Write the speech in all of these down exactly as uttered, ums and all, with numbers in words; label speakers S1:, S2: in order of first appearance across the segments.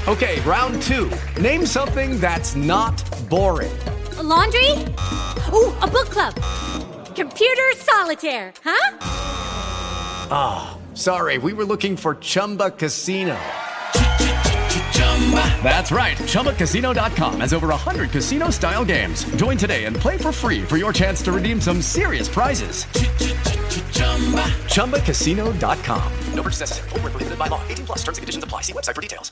S1: Okay, round two. Name something that's not boring.
S2: A laundry? Ooh, a book club. Computer solitaire, huh?
S1: Ah, oh, sorry, we were looking for Chumba Casino. That's right, Chumba Casino dot com has over one hundred casino-style games. Join today and play for free for your chance to redeem some serious prizes. Chumba Casino dot com. No purchase necessary. Void where prohibited by law. eighteen plus terms and conditions apply. See website for details.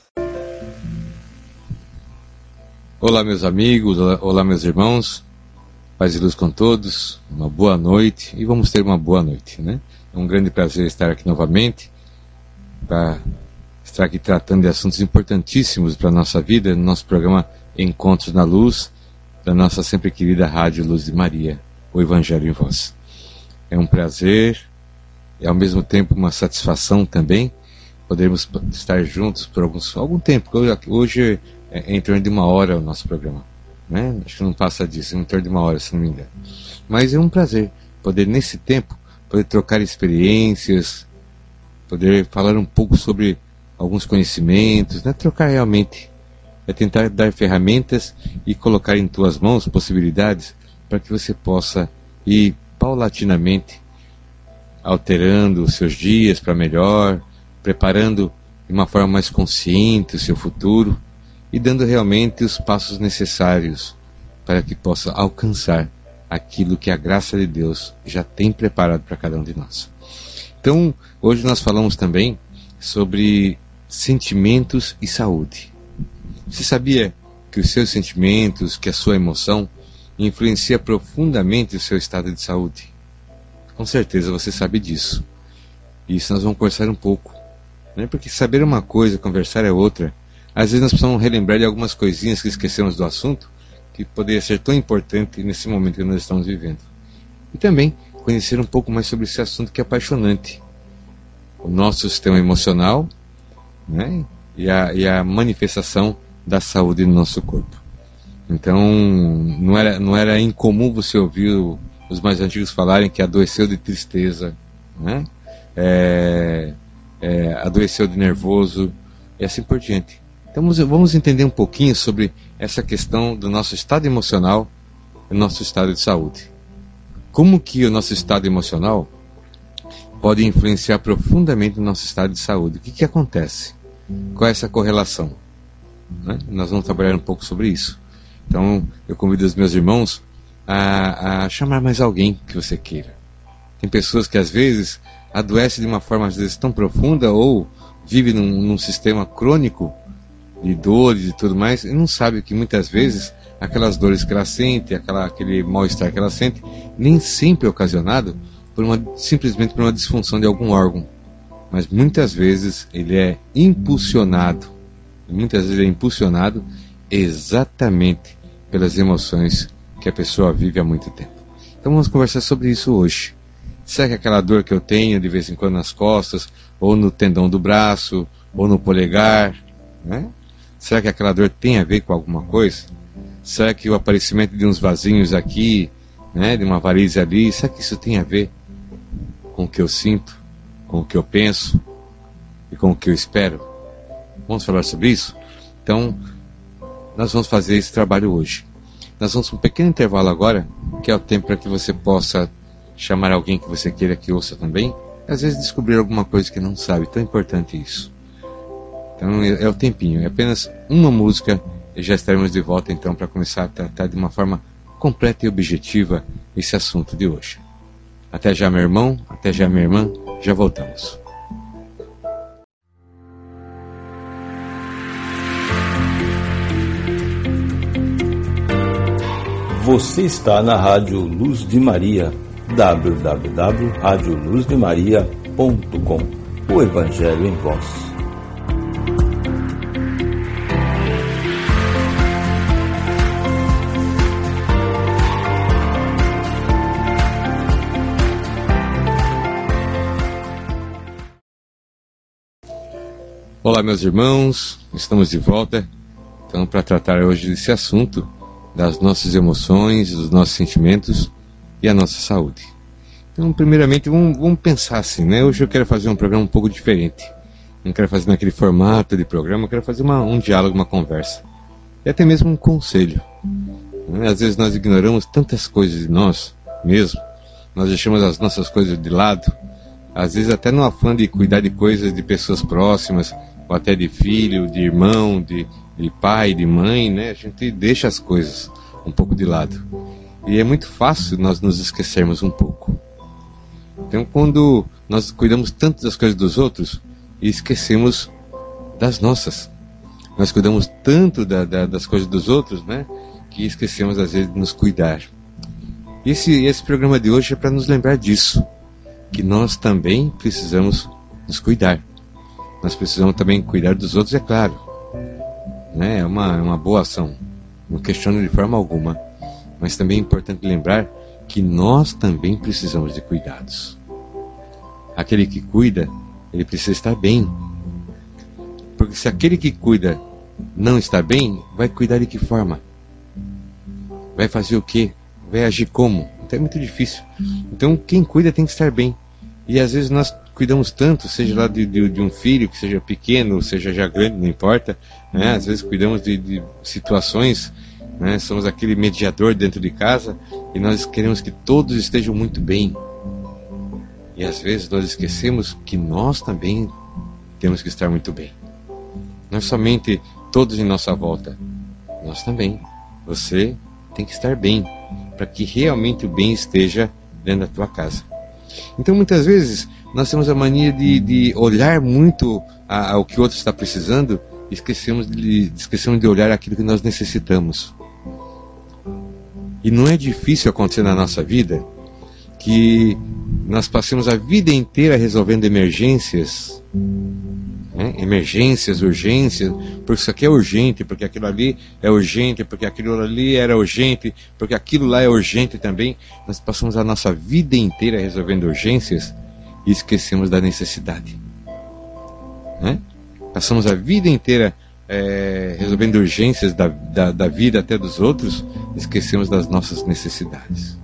S3: Olá, meus amigos, olá, olá, meus irmãos, paz e luz com todos, uma boa noite, e vamos ter uma boa noite, né? É um grande prazer estar aqui novamente, para estar aqui tratando de assuntos importantíssimos para a nossa vida, no nosso programa Encontros na Luz, da nossa sempre querida Rádio Luz de Maria, o Evangelho em Voz. É um prazer, e ao mesmo tempo uma satisfação também, podermos estar juntos por alguns, algum tempo, hoje é em torno de uma hora o nosso programa, né? Acho que não passa disso, em torno de uma hora, se não me engano. Mas é um prazer poder, nesse tempo, poder trocar experiências, poder falar um pouco sobre alguns conhecimentos, né? Trocar realmente, é tentar dar ferramentas e colocar em tuas mãos possibilidades para que você possa ir paulatinamente alterando os seus dias para melhor, preparando de uma forma mais consciente o seu futuro, e dando realmente os passos necessários para que possa alcançar aquilo que a graça de Deus já tem preparado para cada um de nós. Então, hoje nós falamos também sobre sentimentos e saúde. Você sabia que os seus sentimentos, que a sua emoção, influencia profundamente o seu estado de saúde? Com certeza você sabe disso. E isso nós vamos conversar um pouco, né? Porque saber é uma coisa, conversar é outra. Às vezes nós precisamos relembrar de algumas coisinhas que esquecemos do assunto, que poderia ser tão importante nesse momento que nós estamos vivendo. E também conhecer um pouco mais sobre esse assunto que é apaixonante. O nosso sistema emocional, né? e, a, e a manifestação da saúde no nosso corpo. Então, não era, não era incomum você ouvir os mais antigos falarem que adoeceu de tristeza, né? é, é, adoeceu de nervoso, e assim por diante. Então vamos entender um pouquinho sobre essa questão do nosso estado emocional e nosso estado de saúde. Como que o nosso estado emocional pode influenciar profundamente o nosso estado de saúde? O que que acontece? Qual é essa correlação? Né? Nós vamos trabalhar um pouco sobre isso. Então eu convido os meus irmãos a, a chamar mais alguém que você queira. Tem pessoas que às vezes adoecem de uma forma às vezes tão profunda ou vivem num, num sistema crônico de dores e tudo mais, e não sabe que muitas vezes aquelas dores que ela sente, aquela, aquele mal-estar que ela sente, nem sempre é ocasionado por uma, simplesmente por uma disfunção de algum órgão, mas muitas vezes ele é impulsionado, muitas vezes é impulsionado exatamente pelas emoções que a pessoa vive há muito tempo. Então vamos conversar sobre isso hoje. Será que aquela dor que eu tenho de vez em quando nas costas, ou no tendão do braço, ou no polegar, né? Será que aquela dor tem a ver com alguma coisa? Será que o aparecimento de uns vasinhos aqui, né, de uma varize ali, será que isso tem a ver com o que eu sinto, com o que eu penso e com o que eu espero? Vamos falar sobre isso? Então, nós vamos fazer esse trabalho hoje. Nós vamos para um pequeno intervalo agora, que é o tempo para que você possa chamar alguém que você queira que ouça também, e às vezes descobrir alguma coisa que não sabe, tão importante isso. Então é o tempinho, é apenas uma música e já estaremos de volta então para começar a tratar de uma forma completa e objetiva esse assunto de hoje. Até já, meu irmão, até já, minha irmã, já voltamos.
S4: Você está na Rádio Luz de Maria, w w w ponto rádio luz de maria ponto com, o Evangelho em Voz.
S3: Olá, meus irmãos, estamos de volta então para tratar hoje desse assunto das nossas emoções, dos nossos sentimentos e a nossa saúde. Então, primeiramente, vamos, vamos pensar assim, né? Hoje eu quero fazer um programa um pouco diferente. não quero fazer naquele formato de programa, eu quero fazer uma, um diálogo, uma conversa. E até mesmo um conselho. Às vezes nós ignoramos tantas coisas de nós mesmo, nós deixamos as nossas coisas de lado, às vezes até no afã de cuidar de coisas de pessoas próximas, ou até de filho, de irmão, de, de pai, de mãe, né? A gente deixa as coisas um pouco de lado. E é muito fácil nós nos esquecermos um pouco. Então, quando nós cuidamos tanto das coisas dos outros e esquecemos das nossas, nós cuidamos tanto da, da, das coisas dos outros, né, que esquecemos às vezes de nos cuidar. Esse, esse programa de hoje é para nos lembrar disso, que nós também precisamos nos cuidar. Nós precisamos também cuidar dos outros, é claro. Né? É uma, uma boa ação, não questiono de forma alguma. Mas também é importante lembrar que nós também precisamos de cuidados. Aquele que cuida, ele precisa estar bem. Porque se aquele que cuida não está bem, vai cuidar de que forma? Vai fazer o quê? Vai agir como? Então é muito difícil. Então quem cuida tem que estar bem. E às vezes nós cuidamos tanto, seja lá de, de, de um filho que seja pequeno, seja já grande, não importa. Né? Às vezes cuidamos de, de situações, né? Somos aquele mediador dentro de casa e nós queremos que todos estejam muito bem. E às vezes nós esquecemos que nós também temos que estar muito bem. Não é somente todos em nossa volta, nós também. Você tem que estar bem, para que realmente o bem esteja dentro da tua casa. Então muitas vezes nós temos a mania de, de olhar muito a, ao que o outro está precisando e esquecemos de, esquecemos de olhar aquilo que nós necessitamos. E não é difícil acontecer na nossa vida que nós passemos a vida inteira resolvendo emergências, né? Emergências, urgências, porque isso aqui é urgente, porque aquilo ali é urgente, porque aquilo ali era urgente, porque aquilo lá é urgente também. Nós passamos a nossa vida inteira resolvendo urgências e esquecemos da necessidade, né? Passamos a vida inteira é, resolvendo urgências da, da, da vida até dos outros, esquecemos das nossas necessidades.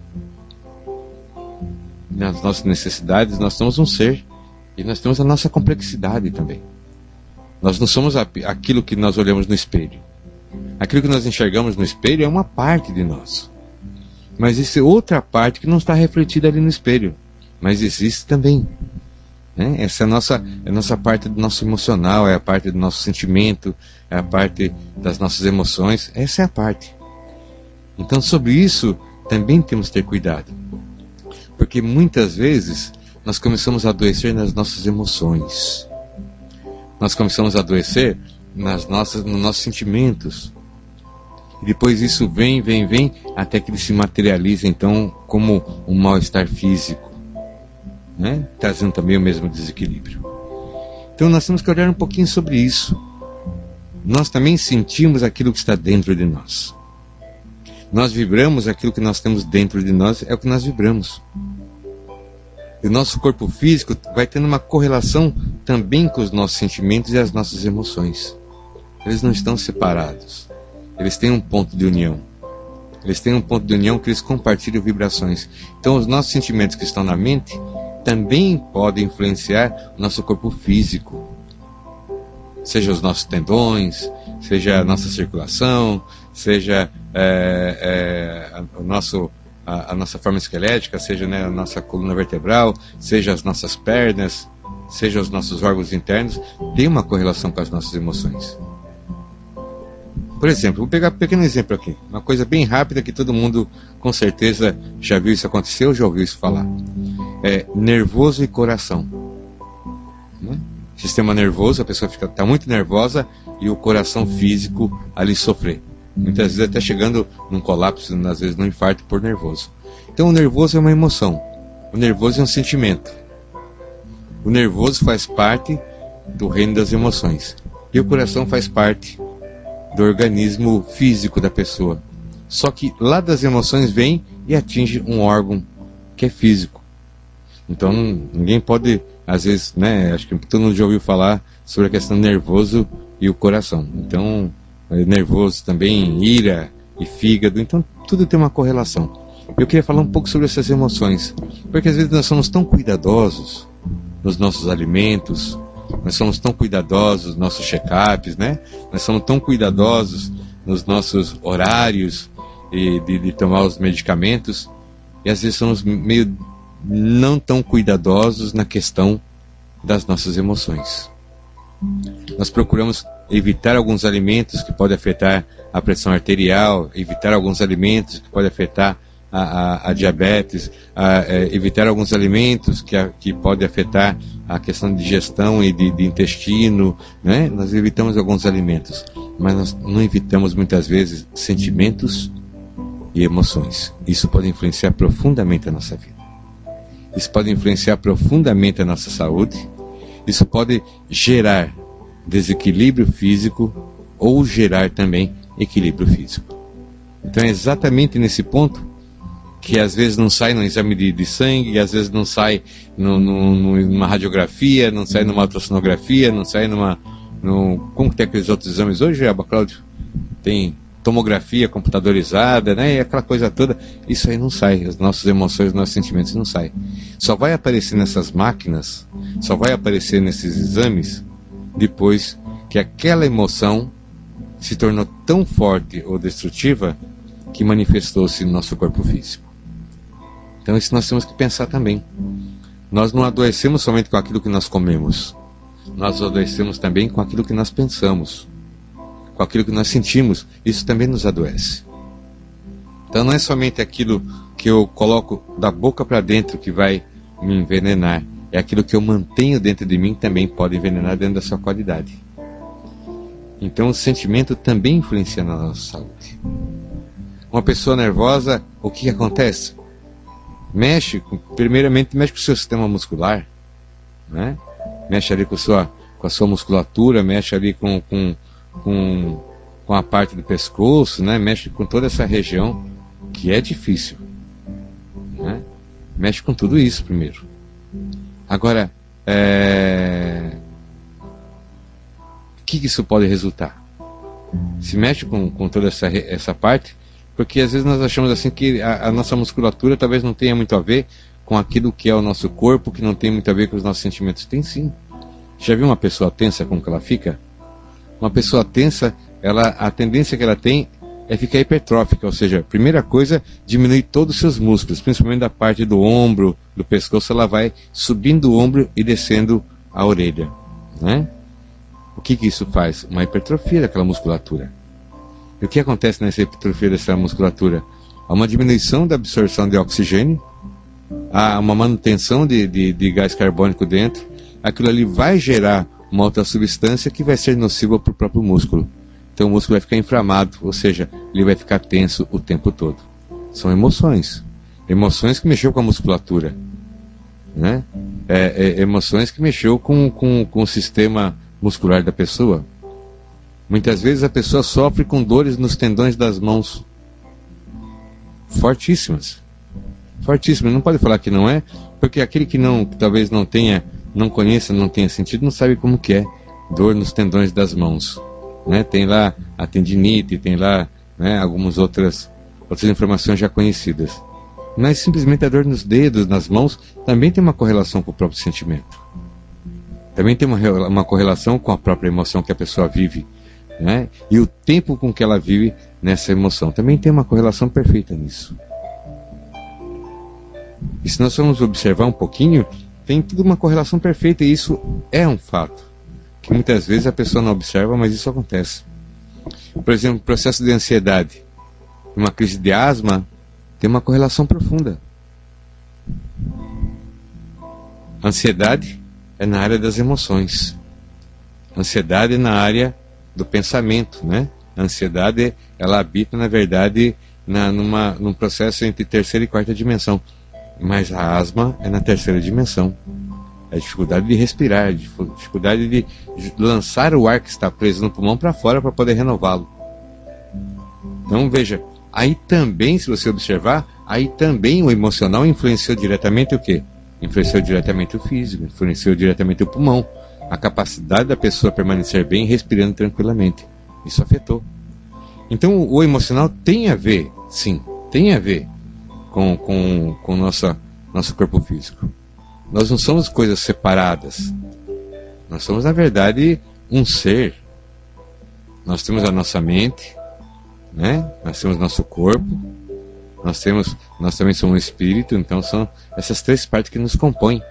S3: Nas nossas necessidades nós somos um ser e nós temos a nossa complexidade também. Nós não somos aquilo que nós olhamos no espelho. Aquilo que nós enxergamos no espelho é uma parte de nós, mas existe outra parte que não está refletida ali no espelho, mas existe também, né? Essa é a nossa, é a nossa parte do nosso emocional, é a parte do nosso sentimento, é a parte das nossas emoções. Essa é a parte. Então sobre isso também temos que ter cuidado, porque muitas vezes nós começamos a adoecer nas nossas emoções. Nós começamos a adoecer nas nossas, nos nossos sentimentos. E depois isso vem, vem, vem, até que ele se materializa então como um mal-estar físico, né? Trazendo também o mesmo desequilíbrio. Então nós temos que olhar um pouquinho sobre isso. Nós também sentimos aquilo que está dentro de nós. Nós vibramos aquilo que nós temos dentro de nós, é o que nós vibramos. E o nosso corpo físico vai tendo uma correlação também com os nossos sentimentos e as nossas emoções. Eles não estão separados. Eles têm um ponto de união. Eles têm um ponto de união que eles compartilham vibrações. Então os nossos sentimentos que estão na mente também podem influenciar o nosso corpo físico. Seja os nossos tendões, seja a nossa circulação, seja é, é, o nosso... A, a nossa forma esquelética, seja, né, a nossa coluna vertebral, seja as nossas pernas, seja os nossos órgãos internos, tem uma correlação com as nossas emoções. Por exemplo, vou pegar um pequeno exemplo aqui, uma coisa bem rápida que todo mundo com certeza já viu isso acontecer ou já ouviu isso falar. É nervoso e coração, né? Sistema nervoso, a pessoa fica tá muito nervosa e o coração físico ali sofrer. Muitas vezes até chegando num colapso, às vezes num infarto por nervoso. Então o nervoso é uma emoção. O nervoso é um sentimento. O nervoso faz parte do reino das emoções. E o coração faz parte do organismo físico da pessoa. Só que lá das emoções vem e atinge um órgão que é físico. Então ninguém pode, às vezes, né, acho que todo mundo já ouviu falar sobre a questão do nervoso e o coração. Então nervoso também, ira e fígado, então tudo tem uma correlação. Eu queria falar um pouco sobre essas emoções, porque às vezes nós somos tão cuidadosos nos nossos alimentos, Nós somos tão cuidadosos nos nossos check-ups, né? Nós somos tão cuidadosos nos nossos horários e de, de tomar os medicamentos, e às vezes somos meio não tão cuidadosos na questão das nossas emoções. Nós procuramos evitar alguns alimentos que podem afetar a pressão arterial, evitar alguns alimentos que podem afetar a, a, a diabetes, a, a, evitar alguns alimentos que, a, que podem afetar a questão de digestão e de, de intestino, né? Nós evitamos alguns alimentos, mas nós não evitamos muitas vezes sentimentos e emoções. Isso pode influenciar profundamente a nossa vida. Isso pode influenciar profundamente a nossa saúde. Isso pode gerar desequilíbrio físico ou gerar também equilíbrio físico. Então é exatamente nesse ponto que às vezes não sai no exame de, de sangue, às vezes não sai no, no, numa radiografia, não sai numa ultrassonografia, não sai numa... No, como que tem aqueles outros exames hoje, Aba Cláudio? Tem tomografia computadorizada, né? E aquela coisa toda. Isso aí não sai. As nossas emoções, os nossos sentimentos não saem. Só vai aparecer nessas máquinas, só vai aparecer nesses exames depois que aquela emoção se tornou tão forte ou destrutiva que manifestou-se no nosso corpo físico. Então isso nós temos que pensar também. Nós não adoecemos somente com aquilo que nós comemos. Nós adoecemos também com aquilo que nós pensamos, com aquilo que nós sentimos. Isso também nos adoece. Então não é somente aquilo que eu coloco da boca para dentro que vai me envenenar. É aquilo que eu mantenho dentro de mim que também pode envenenar dentro da sua qualidade. Então o sentimento também influencia na nossa saúde. Uma pessoa nervosa, o que, que acontece? Mexe, primeiramente mexe com o seu sistema muscular, né? Mexe ali com a sua, com a sua musculatura, mexe ali com, com, com, com a parte do pescoço, né? Mexe com toda essa região, que é difícil, né? Mexe com tudo isso primeiro. Agora, é... o que, que isso pode resultar? Se mexe com, com toda essa, essa parte, porque às vezes nós achamos assim que a, a nossa musculatura talvez não tenha muito a ver com aquilo que é o nosso corpo, que não tem muito a ver com os nossos sentimentos. Tem sim. Já viu uma pessoa tensa, como que ela fica? Uma pessoa tensa, ela, a tendência que ela tem é ficar hipertrófica, ou seja, primeira coisa, diminui todos os seus músculos, principalmente da parte do ombro, do pescoço, ela vai subindo o ombro e descendo a orelha, né? O que que isso faz? Uma hipertrofia daquela musculatura. E o que acontece nessa hipertrofia dessa musculatura? Há uma diminuição da absorção de oxigênio, há uma manutenção de, de, de gás carbônico dentro. Aquilo ali vai gerar uma outra substância que vai ser nociva para o próprio músculo. Então o músculo vai ficar inflamado, ou seja, ele vai ficar tenso o tempo todo. São emoções. Emoções que mexeu com a musculatura, né? É, é, emoções que mexeu com, com, com o sistema muscular da pessoa. Muitas vezes a pessoa sofre com dores nos tendões das mãos. Fortíssimas. Fortíssimas. Não pode falar que não é, porque aquele que não, que talvez não tenha, não conheça, não tenha sentido, não sabe como que é dor nos tendões das mãos, né? Tem lá a tendinite, tem lá, né, algumas outras, outras informações já conhecidas. Mas simplesmente a dor nos dedos, nas mãos, também tem uma correlação com o próprio sentimento. Também tem uma, uma correlação com a própria emoção que a pessoa vive, né? E o tempo com que ela vive nessa emoção também tem uma correlação perfeita nisso. E se nós formos observar um pouquinho, tem tudo uma correlação perfeita, e isso é um fato que muitas vezes a pessoa não observa, mas isso acontece. Por exemplo, o processo de ansiedade, uma crise de asma, tem uma correlação profunda. A ansiedade é na área das emoções. A ansiedade é na área do pensamento, né? A ansiedade, ela habita, na verdade, na, numa, num processo entre terceira e quarta dimensão. Mas a asma é na terceira dimensão. É a dificuldade de respirar, a dificuldade de lançar o ar que está preso no pulmão para fora para poder renová-lo. Então, veja, aí também, se você observar, aí também o emocional influenciou diretamente o quê? Influenciou diretamente o físico, influenciou diretamente o pulmão. A capacidade da pessoa permanecer bem respirando tranquilamente. Isso afetou. Então o emocional tem a ver, sim, tem a ver com, com, com o nosso, nosso corpo físico. Nós não somos coisas separadas. Nós somos, na verdade, um ser. Nós temos a nossa mente, né? Nós temos nosso corpo, nós, temos, nós também somos um espírito, então são essas três partes que nos compõem.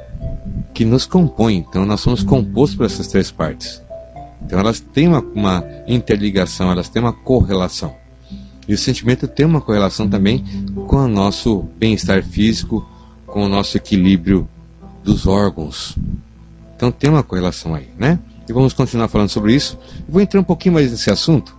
S3: Que nos compõem, então nós somos compostos por essas três partes. Então elas têm uma, uma interligação, elas têm uma correlação. E o sentimento tem uma correlação também com o nosso bem-estar físico, com o nosso equilíbrio dos órgãos. Então tem uma correlação aí, né? E vamos continuar falando sobre isso. Eu vou entrar um pouquinho mais nesse assunto,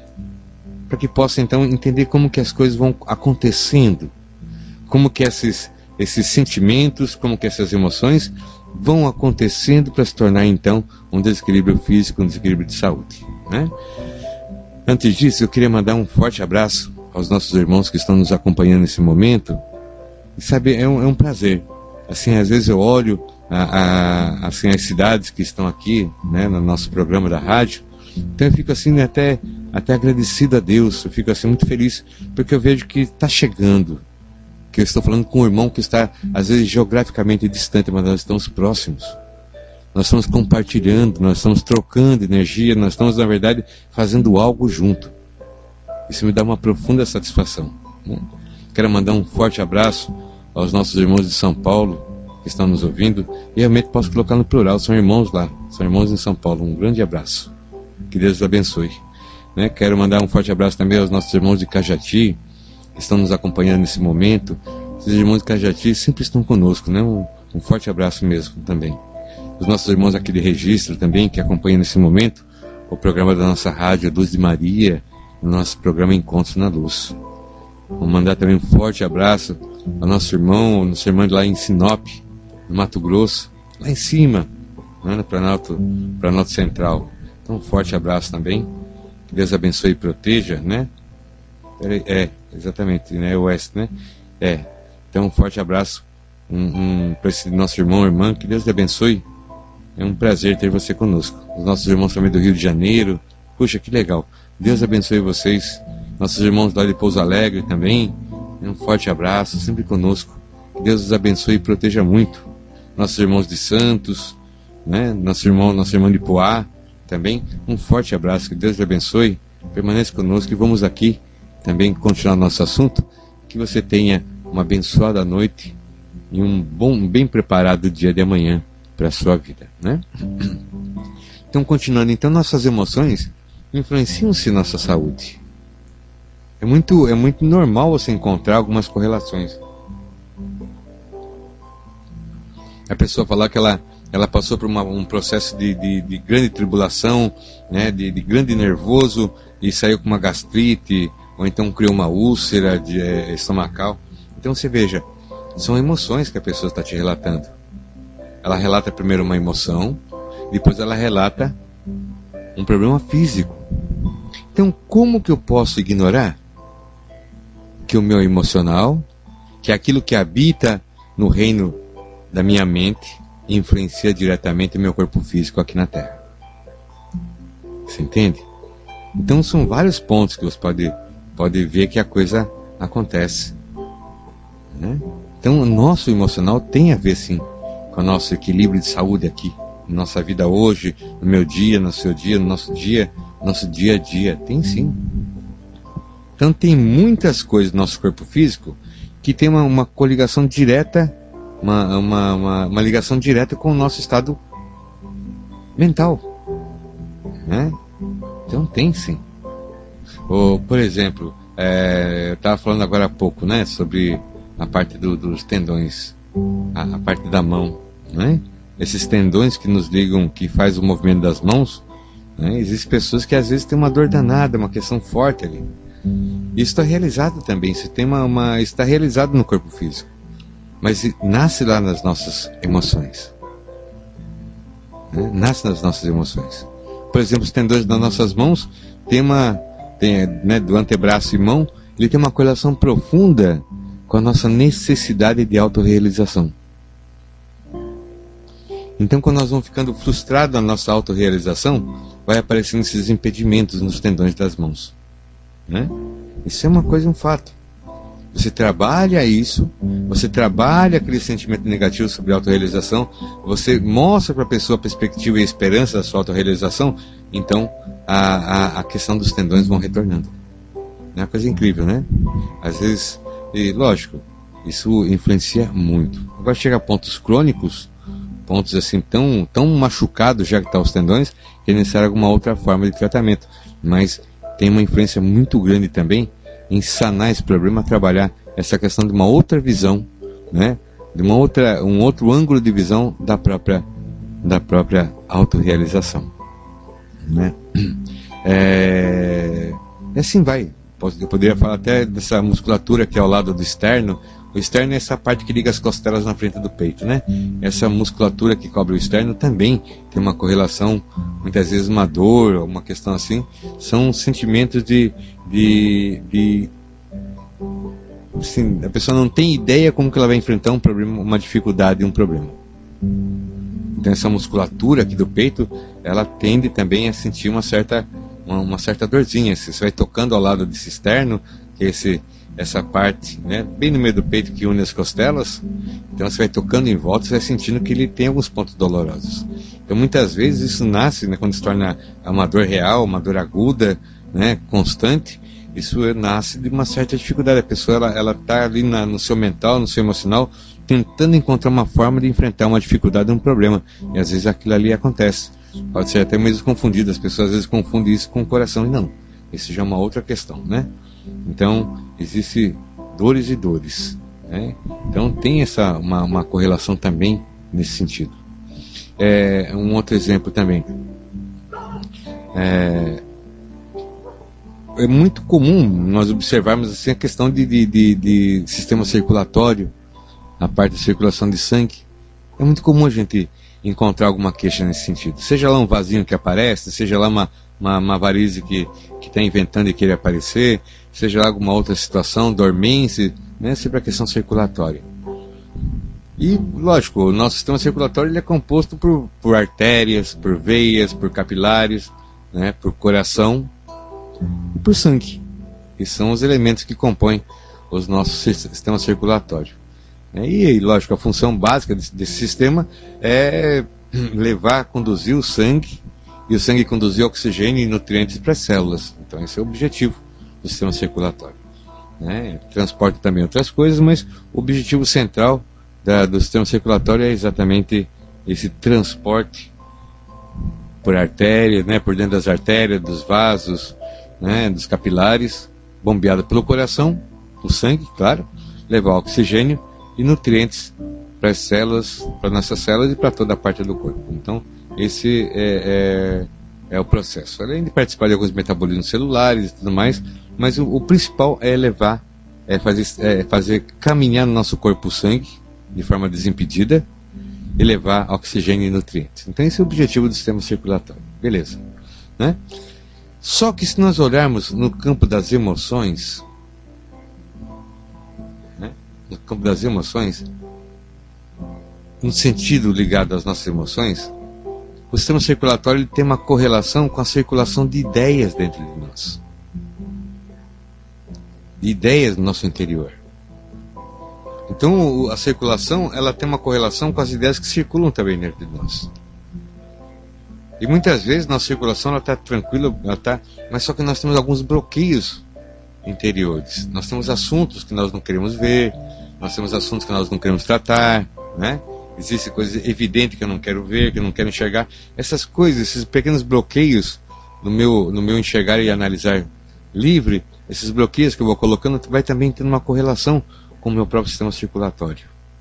S3: para que possa então entender como que as coisas vão acontecendo, como que esses, esses sentimentos, como que essas emoções vão acontecendo para se tornar então um desequilíbrio físico, um desequilíbrio de saúde, né? Antes disso, eu queria mandar um forte abraço aos nossos irmãos que estão nos acompanhando nesse momento. E sabe, é um, é um prazer. Assim, às vezes eu olho a, a, assim, as cidades que estão aqui, né, no nosso programa da rádio. Então eu fico assim, né, até, até agradecido a Deus. Eu fico assim muito feliz, porque eu vejo que está chegando. Que eu estou falando com um irmão que está, às vezes, geograficamente distante, mas nós estamos próximos. Nós estamos compartilhando, nós estamos trocando energia, nós estamos, na verdade, fazendo algo junto. Isso me dá uma profunda satisfação, né? Quero mandar um forte abraço aos nossos irmãos de São Paulo, que estão nos ouvindo, e realmente posso colocar no plural, são irmãos lá, são irmãos em São Paulo. Um grande abraço, que Deus os abençoe, né? Quero mandar um forte abraço também aos nossos irmãos de Cajati, que estão nos acompanhando nesse momento. Esses irmãos de Cajati sempre estão conosco, né? Um, um forte abraço mesmo também. Os nossos irmãos aqui de Registro também, que acompanham nesse momento o programa da nossa rádio Luz de Maria, o nosso programa Encontros na Luz. Vou mandar também um forte abraço ao nosso irmão, nosso irmão lá em Sinop, no Mato Grosso, lá em cima, né, no Planalto, Planalto Central. Então um forte abraço também, que Deus abençoe e proteja, né? É, exatamente, né? Oeste, né? É, então um forte abraço um, um, para esse nosso irmão ou irmã, que Deus te abençoe. É um prazer ter você conosco. Os nossos irmãos também do Rio de Janeiro. Puxa, que legal. Deus abençoe vocês. Nossos irmãos lá de Pouso Alegre também. Um forte abraço, sempre conosco. Que Deus os abençoe e proteja muito. Nossos irmãos de Santos, né? Nosso irmão, nosso irmão de Poá também. Um forte abraço. Que Deus te abençoe. Permaneça conosco e vamos aqui também continuar nosso assunto. Que você tenha uma abençoada noite e um bom, bem preparado dia de amanhã para a sua vida, né? Então, continuando, então, nossas emoções influenciam-se nossa saúde. É muito, é muito normal você encontrar algumas correlações. A pessoa falar que ela, ela passou por uma, um processo de, de, de grande tribulação, né, de, de grande nervoso, e saiu com uma gastrite, ou então criou uma úlcera de, é, estomacal. Então, você veja, são emoções que a pessoa está te relatando. Ela relata primeiro uma emoção, depois ela relata um problema físico. Então, como que eu posso ignorar que o meu emocional, que é aquilo que habita no reino da minha mente, influencia diretamente o meu corpo físico aqui na Terra? Você entende? Então, são vários pontos que você pode, pode ver que a coisa acontece, né? Então, o nosso emocional tem a ver, sim, com o nosso equilíbrio de saúde aqui, na nossa vida hoje, no meu dia, no seu dia, no nosso dia, no nosso dia a dia. Tem sim. Então tem muitas coisas do nosso corpo físico que tem uma, uma coligação direta, uma, uma, uma, uma ligação direta com o nosso estado mental, né? Então tem sim. Ou, por exemplo, é, eu estava falando agora há pouco, né, sobre a parte do, dos tendões, a, a parte da mão, né? Esses tendões que nos ligam, que faz o movimento das mãos, né? Existem pessoas que às vezes têm uma dor danada, uma questão forte ali. Isso está realizado também, isso tem uma, uma, está realizado no corpo físico, mas nasce lá nas nossas emoções, né? Nasce nas nossas emoções. Por exemplo, os tendões das nossas mãos tem uma, tem, né, do antebraço e mão, ele tem uma correlação profunda com a nossa necessidade de autorrealização. Então, quando nós vamos ficando frustrados na nossa autorrealização, vai aparecendo esses impedimentos nos tendões das mãos, né? Isso é uma coisa, um fato. Você trabalha isso, você trabalha aquele sentimento negativo sobre a autorrealização, você mostra para a pessoa a perspectiva e a esperança da sua autorrealização, então a, a, a questão dos tendões vão retornando. É uma coisa incrível, né? Às vezes, e lógico, isso influencia muito. Agora chega a pontos crônicos, pontos assim tão, tão machucados já que estão os tendões, que é necessário alguma outra forma de tratamento. Mas tem uma influência muito grande também em sanar esse problema, trabalhar essa questão de uma outra visão, né? De uma outra, um outro ângulo de visão da própria, da própria autorrealização, né? É, assim vai. Eu poderia falar até dessa musculatura que é ao lado do externo. O externo é essa parte que liga as costelas na frente do peito, né? Essa musculatura que cobre o externo também tem uma correlação, muitas vezes uma dor, uma questão assim. São sentimentos de... de, de assim, a pessoa não tem ideia como que ela vai enfrentar um problema, uma dificuldade, um problema. Então essa musculatura aqui do peito, ela tende também a sentir uma certa... Uma, uma certa dorzinha. Você vai tocando ao lado desse externo, que é esse, essa parte, né, bem no meio do peito que une as costelas. Então você vai tocando em volta, você vai sentindo que ele tem alguns pontos dolorosos. Então muitas vezes isso nasce, né, quando se torna uma dor real, uma dor aguda, né, constante. Isso nasce de uma certa dificuldade. A pessoa ela ela está ali na, no seu mental, no seu emocional, tentando encontrar uma forma de enfrentar uma dificuldade, um problema. E às vezes aquilo ali acontece. Pode ser até mesmo confundido, as pessoas às vezes confundem isso com o coração, e não, isso já é uma outra questão, né? Então, existem dores e dores, né? Então tem essa, uma, uma correlação também nesse sentido. É, um outro exemplo também, é, é muito comum nós observarmos assim, a questão de, de, de, de sistema circulatório, a parte da circulação de sangue. É muito comum a gente encontrar alguma queixa nesse sentido. Seja lá um vasinho que aparece, seja lá uma, uma, uma varize que está inventando e querer aparecer, seja lá alguma outra situação, dormência, né? Sempre a questão circulatória. E, lógico, o nosso sistema circulatório ele é composto por, por artérias, por veias, por capilares, né? Por coração e por sangue. Que são os elementos que compõem o nosso sistema circulatório. E, lógico, a função básica desse, desse sistema é levar, conduzir o sangue, e o sangue conduzir oxigênio e nutrientes para as células. Então esse é o objetivo do sistema circulatório, né? Transporta também outras coisas, mas o objetivo central da, do sistema circulatório é exatamente esse transporte por artérias, né? Por dentro das artérias, dos vasos, né? Dos capilares, bombeado pelo coração, o sangue, claro, levar oxigênio e nutrientes para as células, para nossas células e para toda a parte do corpo. Então, esse é, é, é o processo. Além de participar de alguns metabolismos celulares e tudo mais, mas o, o principal é levar, é fazer, é fazer caminhar no nosso corpo o sangue de forma desimpedida e levar oxigênio e nutrientes. Então, esse é o objetivo do sistema circulatório. Beleza, né? Só que se nós olharmos no campo das emoções, no campo das emoções, no sentido ligado às nossas emoções, o sistema circulatório ele tem uma correlação com a circulação de ideias dentro de nós, de ideias no nosso interior. Então a circulação ela tem uma correlação com as ideias que circulam também dentro de nós. E muitas vezes nossa circulação ela está tranquila, ela tá, mas só que nós temos alguns bloqueios interiores. Nós temos assuntos que nós não queremos ver, nós temos assuntos que nós não queremos tratar, né? Existem coisas evidentes que eu não quero ver, que eu não quero enxergar. Essas coisas, esses pequenos bloqueios no meu, no meu enxergar e analisar livre, esses bloqueios que eu vou colocando vai também tendo uma correlação com o meu próprio sistema circulatório.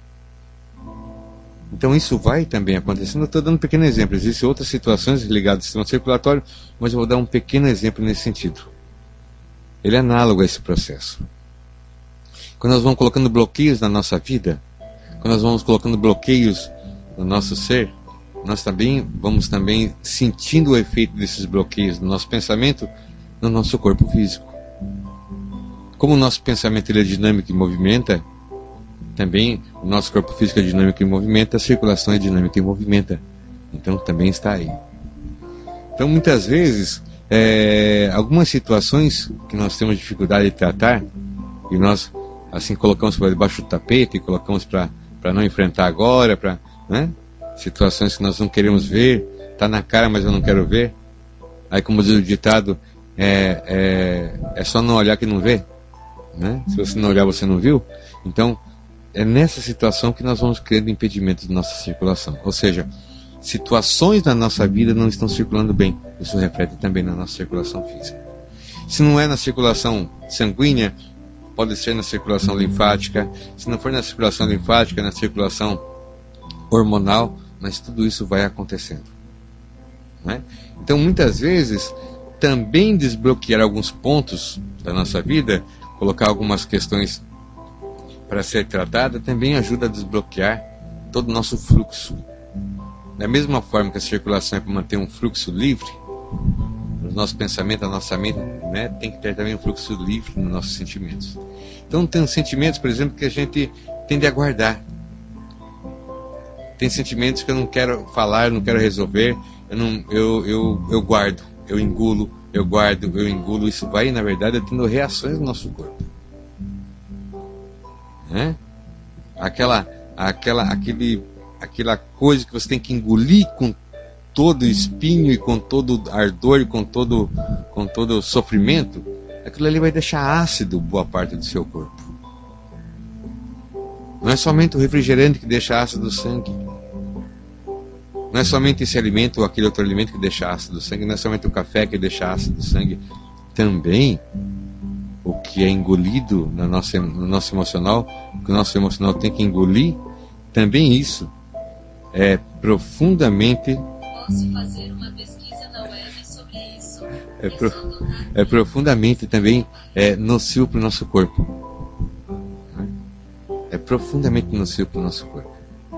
S3: Então isso vai também acontecendo. Eu estou dando um pequeno exemplo. Existem outras situações ligadas ao sistema circulatório, mas eu vou dar um pequeno exemplo nesse sentido. Ele é análogo a esse processo. Quando nós vamos colocando bloqueios na nossa vida, quando nós vamos colocando bloqueios no nosso ser, nós também vamos também sentindo o efeito desses bloqueios no nosso pensamento, no nosso corpo físico. Como o nosso pensamento ele é dinâmico e movimenta, também o nosso corpo físico é dinâmico e movimenta, a circulação é dinâmica e movimenta. Então também está aí. Então muitas vezes, é, algumas situações que nós temos dificuldade de tratar, e nós assim colocamos para debaixo do tapete, colocamos para não enfrentar agora, para, né? Situações que nós não queremos ver, está na cara, mas eu não quero ver. Aí, como diz o ditado, é, é, é só não olhar que não vê, né? Se você não olhar, você não viu. Então, é nessa situação que nós vamos criando impedimentos de nossa circulação. Ou seja, situações na nossa vida não estão circulando bem. Isso reflete também na nossa circulação física. Se não é na circulação sanguínea, pode ser na circulação linfática. Se não for na circulação linfática, na circulação hormonal, mas tudo isso vai acontecendo, né? Então, muitas vezes, também desbloquear alguns pontos da nossa vida, colocar algumas questões para ser tratada, também ajuda a desbloquear todo o nosso fluxo. Da mesma forma que a circulação é para manter um fluxo livre, o nosso pensamento, a nossa mente, né, tem que ter também um fluxo livre nos nossos sentimentos. Então, tem sentimentos, por exemplo, que a gente tende a guardar. Tem sentimentos que eu não quero falar, eu não quero resolver, eu, não, eu, eu, eu guardo, eu engulo, eu guardo, eu engulo. Isso vai, na verdade, tendo reações no nosso corpo, né? Aquela, aquela, aquele, aquela coisa que você tem que engolir com todo o espinho e com todo o ardor e com todo, com todo o sofrimento, aquilo ali vai deixar ácido boa parte do seu corpo. Não é somente o refrigerante que deixa ácido o sangue. Não é somente esse alimento ou aquele outro alimento que deixa ácido o sangue. Não é somente o café que deixa ácido o sangue. Também o que é engolido na nossa, no nosso emocional, o que o nosso emocional tem que engolir, também isso é profundamente...
S5: Posso fazer uma pesquisa na web sobre isso.
S3: É, pro, é profundamente também é, nocivo para o nosso corpo. É profundamente nocivo para o nosso corpo.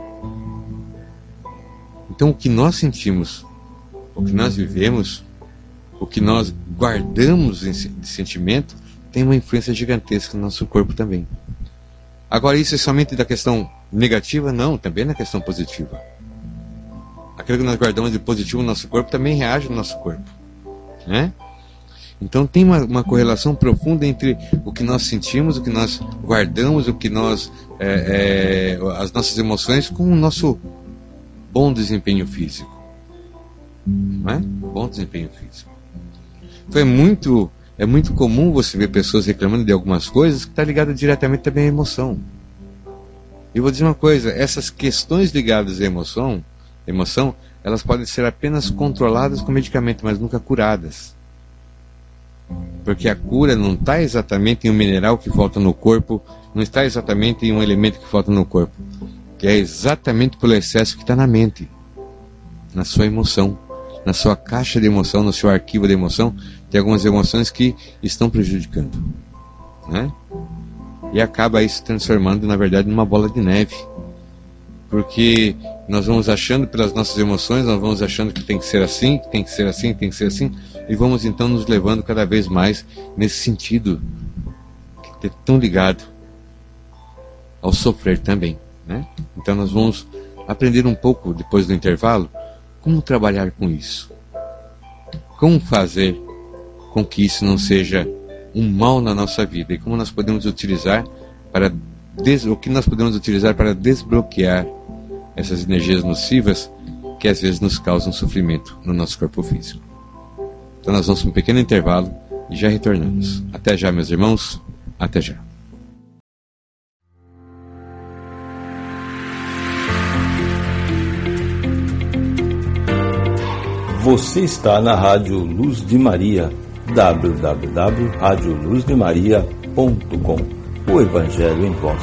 S3: Então, o que nós sentimos, o que nós vivemos, o que nós guardamos de sentimento, tem uma influência gigantesca no nosso corpo também. Agora, isso é somente da questão negativa? Não, também na questão positiva. Aquilo que nós guardamos de positivo no nosso corpo também reage no nosso corpo, né? Então tem uma, uma correlação profunda entre o que nós sentimos, o que nós guardamos, o que nós, é, é, as nossas emoções com o nosso bom desempenho físico, não é? Bom desempenho físico. Então é muito, é muito comum você ver pessoas reclamando de algumas coisas que está ligada diretamente também à emoção. E vou dizer uma coisa, essas questões ligadas à emoção, emoção, elas podem ser apenas controladas com medicamento, mas nunca curadas. Porque a cura não está exatamente em um mineral que falta no corpo, não está exatamente em um elemento que falta no corpo, que é exatamente pelo excesso que está na mente, na sua emoção, na sua caixa de emoção, no seu arquivo de emoção, tem algumas emoções que estão prejudicando, né? E acaba isso se transformando, na verdade, numa bola de neve. Porque nós vamos achando pelas nossas emoções, nós vamos achando que tem que ser assim, que tem que ser assim, que tem que ser assim, e vamos então nos levando cada vez mais nesse sentido, que é tão ligado ao sofrer também, né? Então nós vamos aprender um pouco, depois do intervalo, como trabalhar com isso. Como fazer com que isso não seja um mal na nossa vida, e como nós podemos utilizar para des... o que nós podemos utilizar para desbloquear essas energias nocivas que às vezes nos causam sofrimento no nosso corpo físico. Então nós vamos para um pequeno intervalo e já retornamos. Até já, meus irmãos. Até já.
S4: Você está na Rádio Luz de Maria, w w w ponto rádio luz de maria ponto com. O Evangelho em Voz.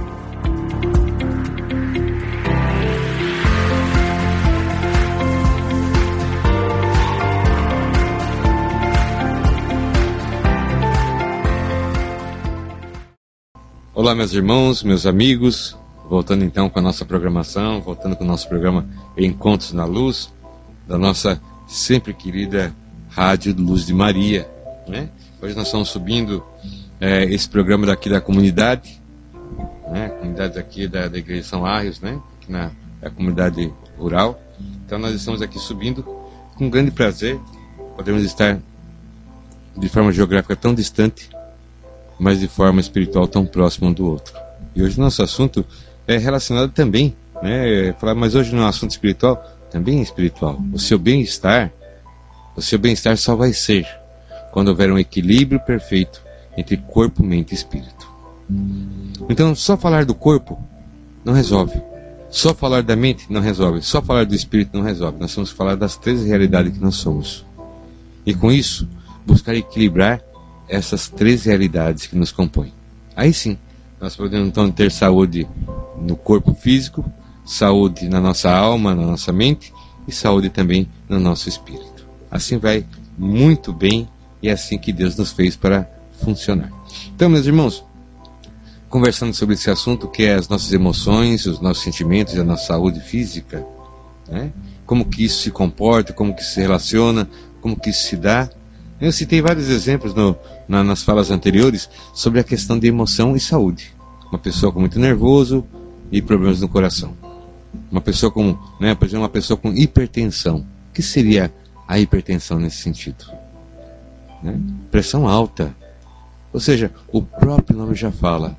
S3: Olá, meus irmãos, meus amigos, voltando então com a nossa programação, voltando com o nosso programa Encontros na Luz, da nossa sempre querida Rádio Luz de Maria, né? Hoje nós estamos subindo é, esse programa daqui da comunidade, né? A comunidade aqui da, da Igreja de São Arres, né? Aqui na a comunidade rural. Então nós estamos aqui subindo com grande prazer, podemos estar de forma geográfica tão distante, mas de forma espiritual tão próxima um do outro. E hoje o nosso assunto é relacionado também, né? Falar, mas hoje não é um assunto espiritual, também é espiritual. O seu bem-estar, o seu bem-estar só vai ser quando houver um equilíbrio perfeito entre corpo, mente e espírito. Então, só falar do corpo não resolve. Só falar da mente não resolve. Só falar do espírito não resolve. Nós temos que falar das três realidades que nós somos. E com isso, buscar equilibrar essas três realidades que nos compõem. Aí sim, nós podemos então ter saúde no corpo físico, saúde na nossa alma, na nossa mente e saúde também no nosso espírito. Assim vai muito bem e é assim que Deus nos fez para funcionar. Então, meus irmãos, conversando sobre esse assunto que é as nossas emoções, os nossos sentimentos e a nossa saúde física, né? Como que isso se comporta, como que se relaciona, como que isso se dá. Eu citei vários exemplos no, na, nas falas anteriores sobre a questão de emoção e saúde. Uma pessoa com muito nervoso e problemas no coração. Uma pessoa com, né, por exemplo, uma pessoa com hipertensão. O que seria a hipertensão nesse sentido? Né? Pressão alta. Ou seja, o próprio nome já fala.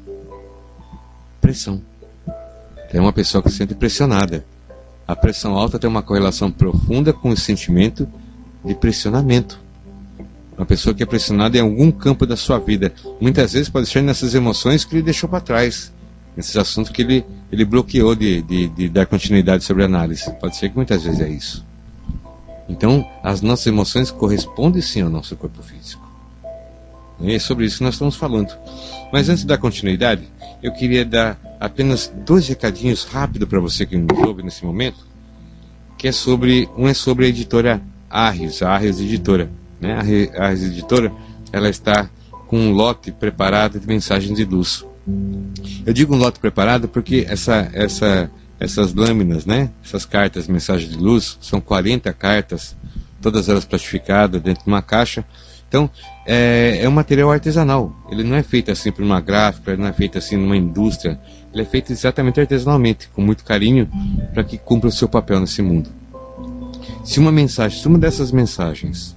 S3: Pressão. É uma pessoa que se sente pressionada. A pressão alta tem uma correlação profunda com o sentimento de pressionamento. Uma pessoa que é pressionada em algum campo da sua vida. Muitas vezes pode ser nessas emoções que ele deixou para trás. Nesses assuntos que ele, ele bloqueou de, de, de dar continuidade sobre a análise. Pode ser que muitas vezes é isso. Então, as nossas emoções correspondem sim ao nosso corpo físico. E é sobre isso que nós estamos falando. Mas antes da continuidade, eu queria dar apenas dois recadinhos rápidos para você que nos ouve nesse momento, que é sobre, um é sobre a editora Arres, a Arres Editora. Né? A Arres Editora, ela está com um lote preparado de mensagens de luz. Eu digo um lote preparado porque essa, essa, essas lâminas, né? Essas cartas, mensagens de luz, são quarenta cartas, todas elas plastificadas dentro de uma caixa. Então, é, é um material artesanal. Ele não é feito assim por uma gráfica, ele não é feito assim numa indústria. Ele é feito exatamente artesanalmente, com muito carinho, para que cumpra o seu papel nesse mundo. Se uma mensagem, se uma dessas mensagens,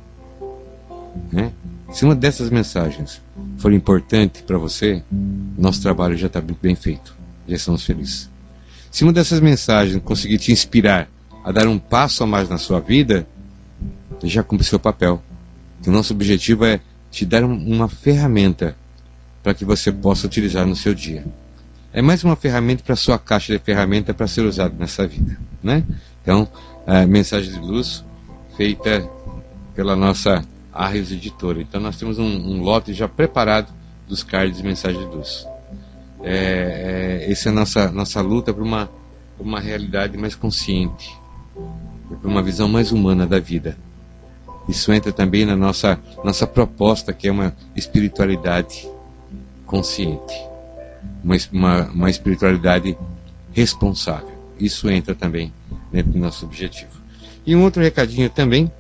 S3: né, se uma dessas mensagens for importante para você, nosso trabalho já está bem feito. Já estamos felizes. Se uma dessas mensagens conseguir te inspirar a dar um passo a mais na sua vida, já cumpre o seu papel. O nosso objetivo é te dar uma ferramenta para que você possa utilizar no seu dia. É mais uma ferramenta para a sua caixa de ferramenta para ser usada nessa vida, né? Então, a mensagem de luz feita pela nossa Arres Editora. Então, nós temos um, um lote já preparado dos cards de mensagem de luz. É, é, essa é a nossa, nossa luta por uma, por uma realidade mais consciente, por uma visão mais humana da vida. Isso entra também na nossa, nossa proposta, que é uma espiritualidade consciente, uma, uma, uma espiritualidade responsável. Isso entra também dentro do nosso objetivo. E um outro recadinho também,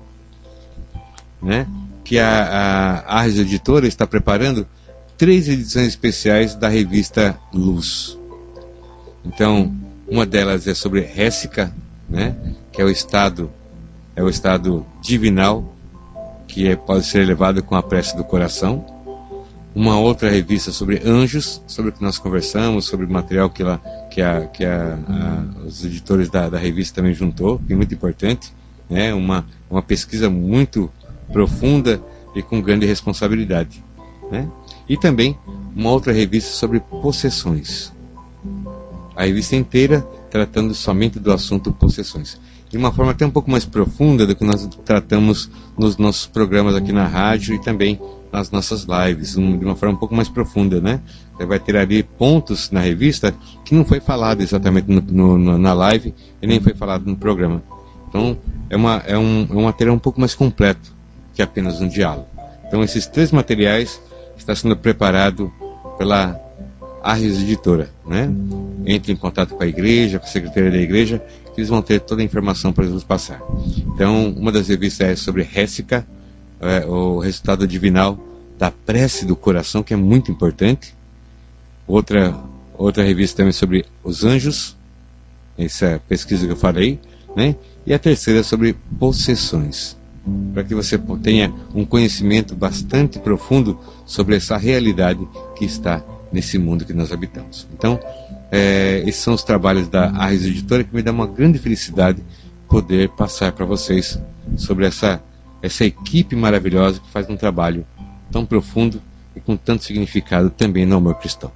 S3: né, que a, a Arres Editora está preparando três edições especiais da revista Luz. Então, uma delas é sobre Récica, né, que é o estado é o estado divinal, que é, pode ser elevado com a prece do coração. Uma outra revista sobre anjos, sobre o que nós conversamos, sobre o material que, ela, que, a, que a, a, os editores da, da revista também juntou, que é muito importante, né? uma, uma pesquisa muito profunda e com grande responsabilidade, né? E também uma outra revista sobre possessões. A revista inteira tratando somente do assunto possessões. De uma forma até um pouco mais profunda do que nós tratamos nos nossos programas aqui na rádio e também nas nossas lives, um, de uma forma um pouco mais profunda, né? Você vai ter ali pontos na revista que não foi falado exatamente no, no, na live e nem foi falado no programa. Então, é, uma, é, um, é um material um pouco mais completo que apenas um diálogo. Então, esses três materiais estão sendo preparados pela Arres Editora, né? Entre em contato com a igreja, com a secretaria da igreja, que eles vão ter toda a informação para nos passar. Então, uma das revistas é sobre Récica, é, o resultado divinal da prece do coração, que é muito importante. Outra, outra revista também sobre os anjos, essa pesquisa que eu falei, né? E a terceira sobre possessões. para que você tenha um conhecimento bastante profundo sobre essa realidade que está nesse mundo que nós habitamos. Então, é, esses são os trabalhos da Arris Editora, que me dá uma grande felicidade poder passar para vocês sobre essa, essa equipe maravilhosa que faz um trabalho tão profundo e com tanto significado também no amor cristão.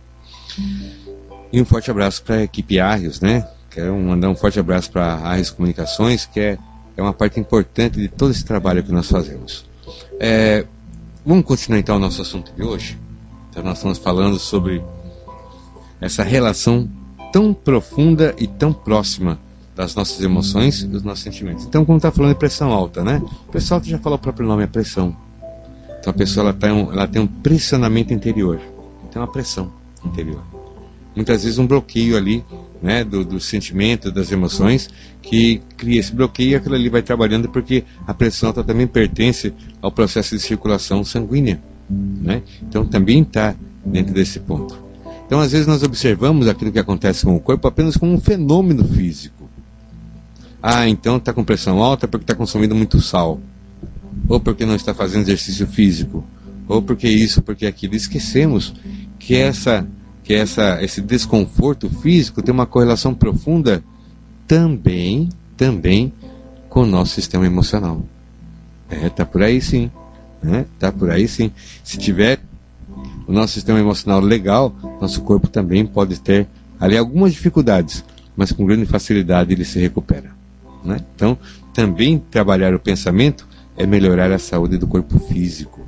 S3: E um forte abraço para a equipe Arris, né? Quero mandar um forte abraço para a Arris Comunicações, que é, é uma parte importante de todo esse trabalho que nós fazemos. É, vamos continuar então o nosso assunto de hoje. Então nós estamos falando sobre essa relação tão profunda e tão próxima das nossas emoções e dos nossos sentimentos. Então, como está falando de pressão alta, né? Pressão alta já fala o próprio nome, é pressão. Então a pessoa ela, tá um, ela tem um pressionamento interior, tem uma pressão interior. Muitas vezes um bloqueio ali, né, do, do sentimento, das emoções, que cria esse bloqueio e aquilo ali vai trabalhando, porque a pressão alta também pertence ao processo de circulação sanguínea, né? Então também está dentro desse ponto. Então às vezes nós observamos aquilo que acontece com o corpo apenas como um fenômeno físico. Ah, então está com pressão alta porque está consumindo muito sal, ou porque não está fazendo exercício físico, ou porque isso, porque aquilo. Esquecemos que essa que essa, esse desconforto físico tem uma correlação profunda também, também com o nosso sistema emocional. É, tá por aí sim, né? Tá por aí sim. Se tiver o nosso sistema emocional legal, nosso corpo também pode ter ali algumas dificuldades, mas com grande facilidade ele se recupera, né? Então, também trabalhar o pensamento é melhorar a saúde do corpo físico.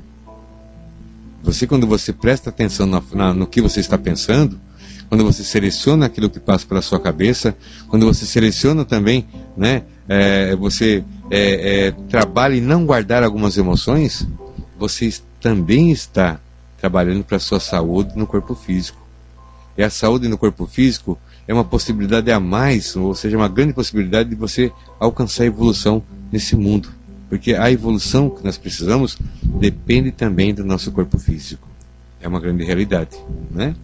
S3: Você, quando você presta atenção na, na, no que você está pensando, quando você seleciona aquilo que passa pela sua cabeça, quando você seleciona também, né, é, você é, é, trabalha em não guardar algumas emoções, você também está trabalhando para a sua saúde no corpo físico. E a saúde no corpo físico é uma possibilidade a mais, ou seja, uma grande possibilidade de você alcançar a evolução nesse mundo. Porque a evolução que nós precisamos depende também do nosso corpo físico. É uma grande realidade, né?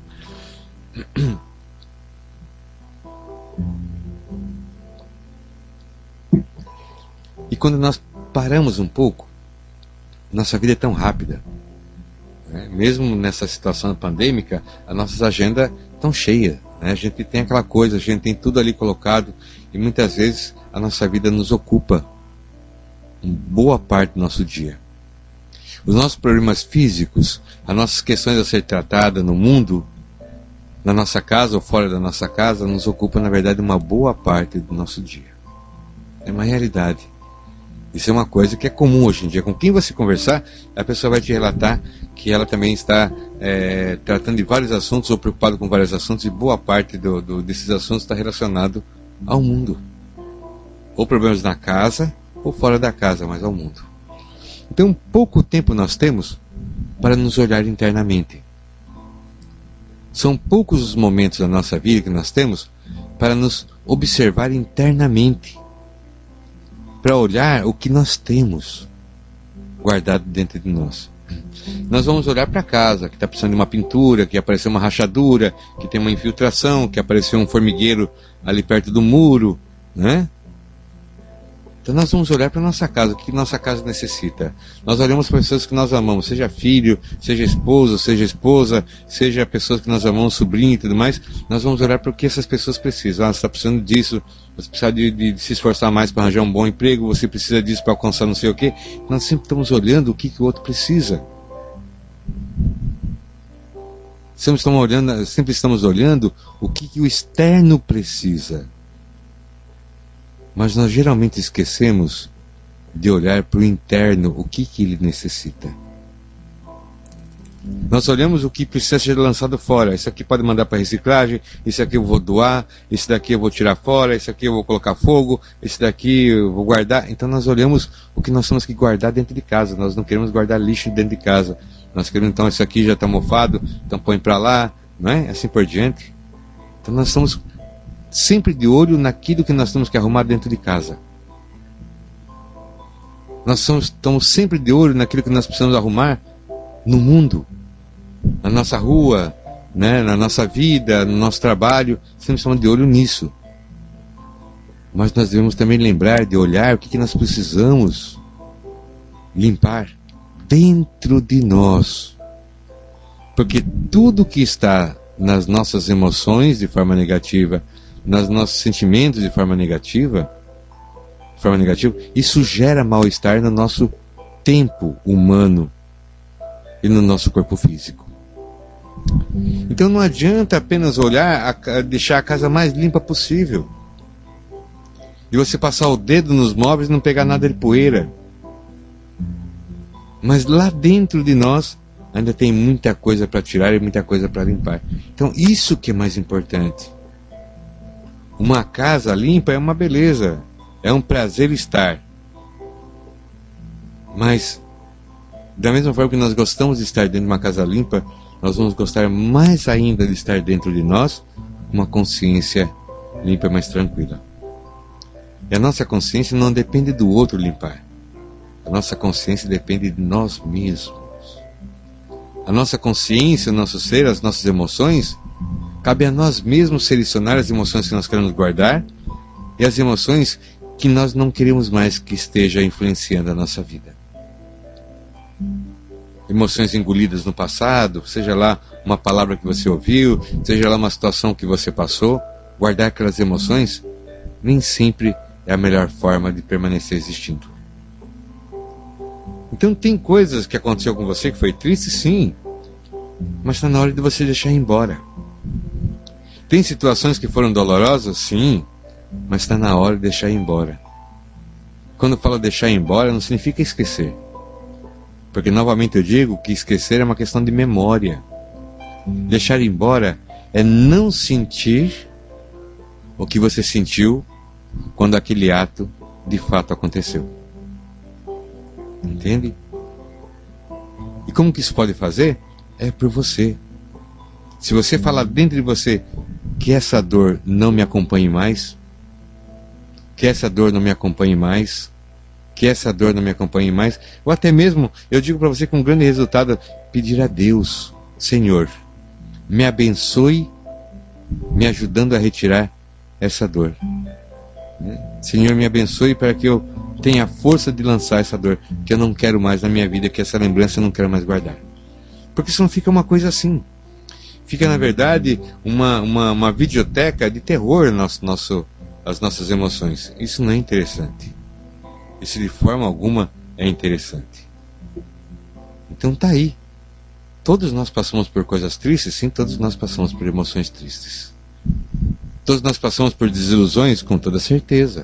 S3: E quando nós paramos um pouco, nossa vida é tão rápida, né? Mesmo nessa situação pandêmica, as nossas agendas estão cheias, né? A gente tem aquela coisa, a gente tem tudo ali colocado, e muitas vezes a nossa vida nos ocupa boa parte do nosso dia. Os nossos problemas físicos, as nossas questões a ser tratadas no mundo, na nossa casa ou fora da nossa casa, nos ocupam, na verdade, uma boa parte do nosso dia. É uma realidade. Isso é uma coisa que é comum hoje em dia. Com quem você conversar, a pessoa vai te relatar que ela também está é, tratando de vários assuntos ou preocupada com vários assuntos, e boa parte do, do, desses assuntos está relacionado ao mundo. Ou problemas na casa, ou fora da casa, mas ao mundo. Então, pouco tempo nós temos para nos olhar internamente. São poucos os momentos da nossa vida que nós temos para nos observar internamente, para olhar o que nós temos guardado dentro de nós. Nós vamos olhar para casa, que está precisando de uma pintura, que apareceu uma rachadura, que tem uma infiltração, que apareceu um formigueiro ali perto do muro, né? Então nós vamos olhar para a nossa casa, o que nossa casa necessita. Nós olhamos para pessoas que nós amamos, seja filho, seja esposo, seja esposa, seja pessoas que nós amamos, sobrinho e tudo mais. Nós vamos olhar para o que essas pessoas precisam. Ah, você está precisando disso, você precisa de, de, de se esforçar mais para arranjar um bom emprego, você precisa disso para alcançar não sei o quê. Nós sempre estamos olhando o que, que o outro precisa. Sempre estamos olhando, sempre estamos olhando o que, que o externo precisa. Mas nós geralmente esquecemos de olhar para o interno, o que, que ele necessita. Nós olhamos o que precisa ser lançado fora. Isso aqui pode mandar para reciclagem, isso aqui eu vou doar, esse daqui eu vou tirar fora, esse aqui eu vou colocar fogo, esse daqui eu vou guardar. Então nós olhamos o que nós temos que guardar dentro de casa. Nós não queremos guardar lixo dentro de casa. Nós queremos, então, isso aqui já está mofado, então põe para lá, não é? Assim por diante. Então nós estamos sempre de olho naquilo que nós temos que arrumar dentro de casa. Nós somos, estamos sempre de olho naquilo que nós precisamos arrumar no mundo, na nossa rua, né, na nossa vida, no nosso trabalho. Sempre estamos de olho nisso. Mas nós devemos também lembrar de olhar o que, que nós precisamos limpar dentro de nós. Porque tudo que está nas nossas emoções de forma negativa, nos nossos sentimentos de forma negativa, de forma negativa, isso gera mal-estar no nosso tempo humano e no nosso corpo físico. Então não adianta apenas olhar, a, deixar a casa mais limpa possível. E você passar o dedo nos móveis e não pegar nada de poeira. Mas lá dentro de nós ainda tem muita coisa para tirar e muita coisa para limpar. Então isso que é mais importante. Uma casa limpa é uma beleza, é um prazer estar. Mas da mesma forma que nós gostamos de estar dentro de uma casa limpa, nós vamos gostar mais ainda de estar dentro de nós uma consciência limpa e mais tranquila. E a nossa consciência não depende do outro limpar. A nossa consciência depende de nós mesmos. A nossa consciência, o nosso ser, as nossas emoções, cabe a nós mesmos selecionar as emoções que nós queremos guardar e as emoções que nós não queremos mais que esteja influenciando a nossa vida. Emoções engolidas no passado, seja lá uma palavra que você ouviu, seja lá uma situação que você passou, guardar aquelas emoções nem sempre é a melhor forma de permanecer existindo. Então tem coisas que aconteceu com você que foi triste, sim, mas está na hora de você deixar ir embora. Tem situações que foram dolorosas, sim, mas está na hora de deixar ir embora. Quando eu falo deixar ir embora, não significa esquecer. Porque novamente eu digo que esquecer é uma questão de memória. Deixar ir embora é não sentir o que você sentiu quando aquele ato de fato aconteceu. Entende? E como que isso pode fazer? É por você. Se você falar dentro de você que essa dor não me acompanhe mais, que essa dor não me acompanhe mais, que essa dor não me acompanhe mais, ou até mesmo, eu digo para você com um grande resultado, pedir a Deus, Senhor, me abençoe, me ajudando a retirar essa dor. Senhor, me abençoe para que eu tenha a força de lançar essa dor, que eu não quero mais na minha vida, que essa lembrança eu não quero mais guardar. Porque senão fica uma coisa assim. Fica, na verdade, uma, uma, uma videoteca de terror nosso, nosso, as nossas emoções. Isso não é interessante. Isso de forma alguma é interessante. Então tá aí. Todos nós passamos por coisas tristes, sim, todos nós passamos por emoções tristes. Todos nós passamos por desilusões, com toda certeza.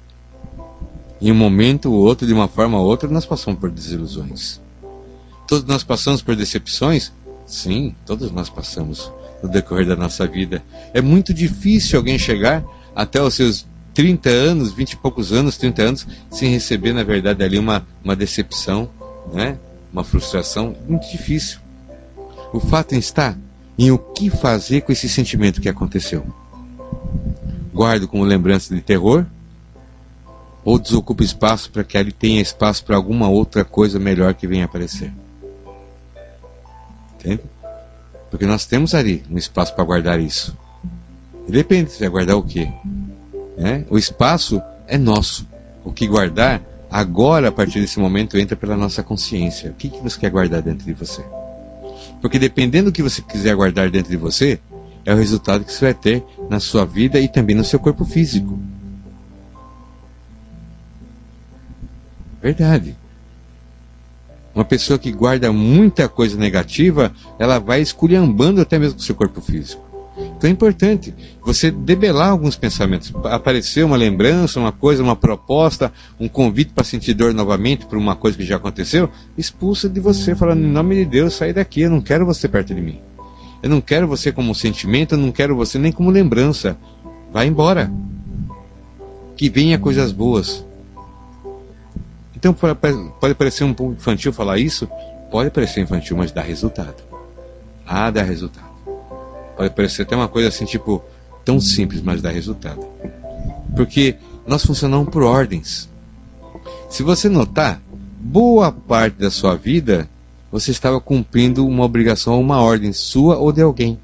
S3: Em um momento ou outro, de uma forma ou outra, nós passamos por desilusões. Todos nós passamos por decepções? Sim, todos nós passamos no decorrer da nossa vida. É muito difícil alguém chegar até os seus trinta anos, vinte e poucos anos, trinta anos, sem receber, na verdade, ali uma, uma decepção, né? Uma frustração. Muito difícil. O fato está em o que fazer com esse sentimento que aconteceu. Guardo como lembrança de terror, ou desocupa espaço para que ali tenha espaço para alguma outra coisa melhor que venha aparecer. Entende? Porque nós temos ali um espaço para guardar isso. E depende, você vai guardar o quê? Né? O espaço é nosso. O que guardar, agora, a partir desse momento, entra pela nossa consciência. O que, que você quer guardar dentro de você? Porque dependendo do que você quiser guardar dentro de você, é o resultado que você vai ter na sua vida e também no seu corpo físico. Verdade. Uma pessoa que guarda muita coisa negativa, ela vai esculhambando até mesmo o seu corpo físico. Então é importante você debelar alguns pensamentos. Apareceu uma lembrança, uma coisa, uma proposta, um convite para sentir dor novamente por uma coisa que já aconteceu, expulsa de você, falando, em nome de Deus, sai daqui, eu não quero você perto de mim. Eu não quero você como sentimento, eu não quero você nem como lembrança. Vai embora. Que venha coisas boas. Então pode parecer um pouco infantil falar isso? Pode parecer infantil, mas dá resultado. Ah, dá resultado. Pode parecer até uma coisa assim, tipo, tão simples, mas dá resultado. Porque nós funcionamos por ordens. Se você notar, boa parte da sua vida, você estava cumprindo uma obrigação ou uma ordem sua ou de alguém.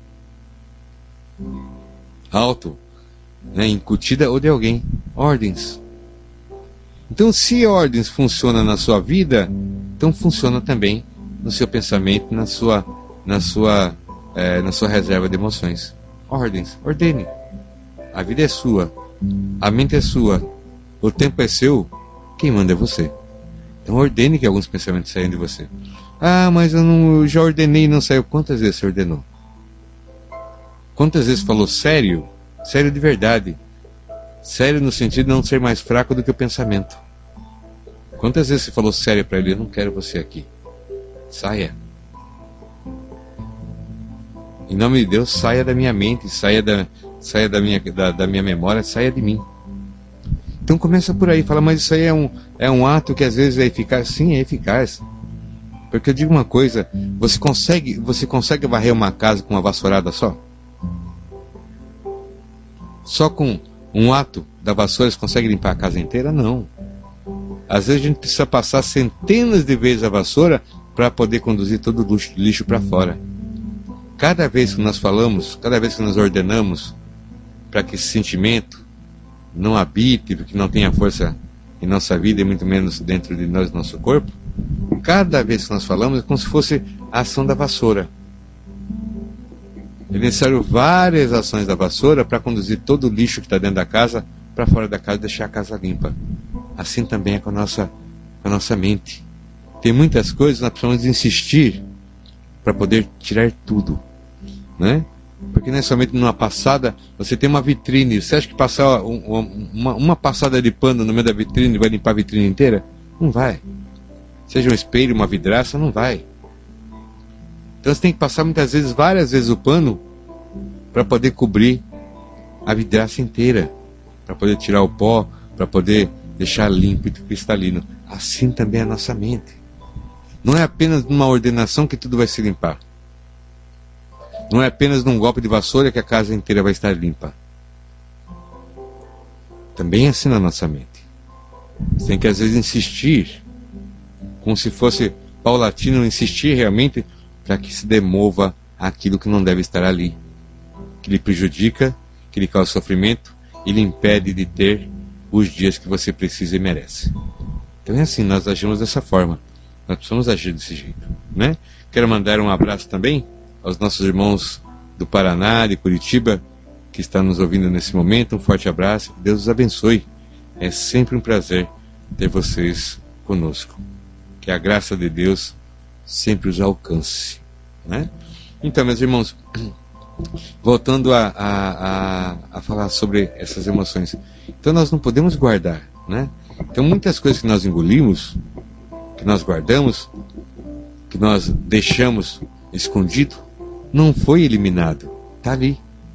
S3: Alto, né, incutida ou de alguém. Ordens. Então, se ordens funcionam na sua vida, Então funciona também no seu pensamento, na sua, na sua, é, na sua reserva de emoções. Ordens, ordene. A vida é sua, a mente é sua, o tempo é seu, quem manda é você. Então ordene que alguns pensamentos saiam de você. Ah, mas eu, não, eu já ordenei e não saiu. Quantas vezes você ordenou? Quantas vezes falou sério? Sério de verdade. Sério no sentido de não ser mais fraco do que o pensamento. Quantas vezes você falou sério para ele? Eu não quero você aqui. Saia. Em nome de Deus, saia da minha mente, saia da, saia da, minha, da, da minha memória, saia de mim. Então começa por aí, fala, mas isso aí é um, é um ato que às vezes é eficaz. Sim, é eficaz. Porque eu digo uma coisa, você consegue, você consegue varrer uma casa com uma vassourada só? Só com um ato da vassoura você consegue limpar a casa inteira? Não. Às vezes a gente precisa passar centenas de vezes a vassoura para poder conduzir todo o lixo para fora. Cada vez que nós falamos, cada vez que nós ordenamos para que esse sentimento não habite, que não tenha força em nossa vida e muito menos dentro de nós, nosso corpo, cada vez que nós falamos é como se fosse a ação da vassoura. É necessário várias ações da vassoura para conduzir todo o lixo que está dentro da casa para fora da casa e deixar a casa limpa. Assim também é com a nossa, com a nossa mente. Tem muitas coisas que nós precisamos insistir para poder tirar tudo, né? Porque não é somente numa passada, você tem uma vitrine, você acha que passar um, uma, uma passada de pano no meio da vitrine vai limpar a vitrine inteira? Não vai. Seja um espelho, uma vidraça, não vai. Então você tem que passar muitas vezes, várias vezes o pano para poder cobrir a vidraça inteira, para poder tirar o pó, para poder deixar limpo e cristalino. Assim também é a nossa mente. Não é apenas numa ordenação que tudo vai se limpar. Não é apenas num golpe de vassoura que a casa inteira vai estar limpa. Também é assim na nossa mente. Você tem que às vezes insistir, como se fosse paulatino, insistir realmente para que se demova aquilo que não deve estar ali, que lhe prejudica, que lhe causa sofrimento e lhe impede de ter os dias que você precisa e merece. Então é assim, nós agimos dessa forma. Nós precisamos agir desse jeito, né? Quero mandar um abraço também aos nossos irmãos do Paraná, de Curitiba, que estão nos ouvindo nesse momento. Um forte abraço, que Deus os abençoe. É sempre um prazer ter vocês conosco. Que a graça de Deus sempre os alcance, né? Então, meus irmãos, voltando a, a, a, a falar sobre essas emoções. Então nós não podemos guardar, né? Então muitas coisas que nós engolimos, que nós guardamos, que nós deixamos escondido, não foi eliminado, está ali.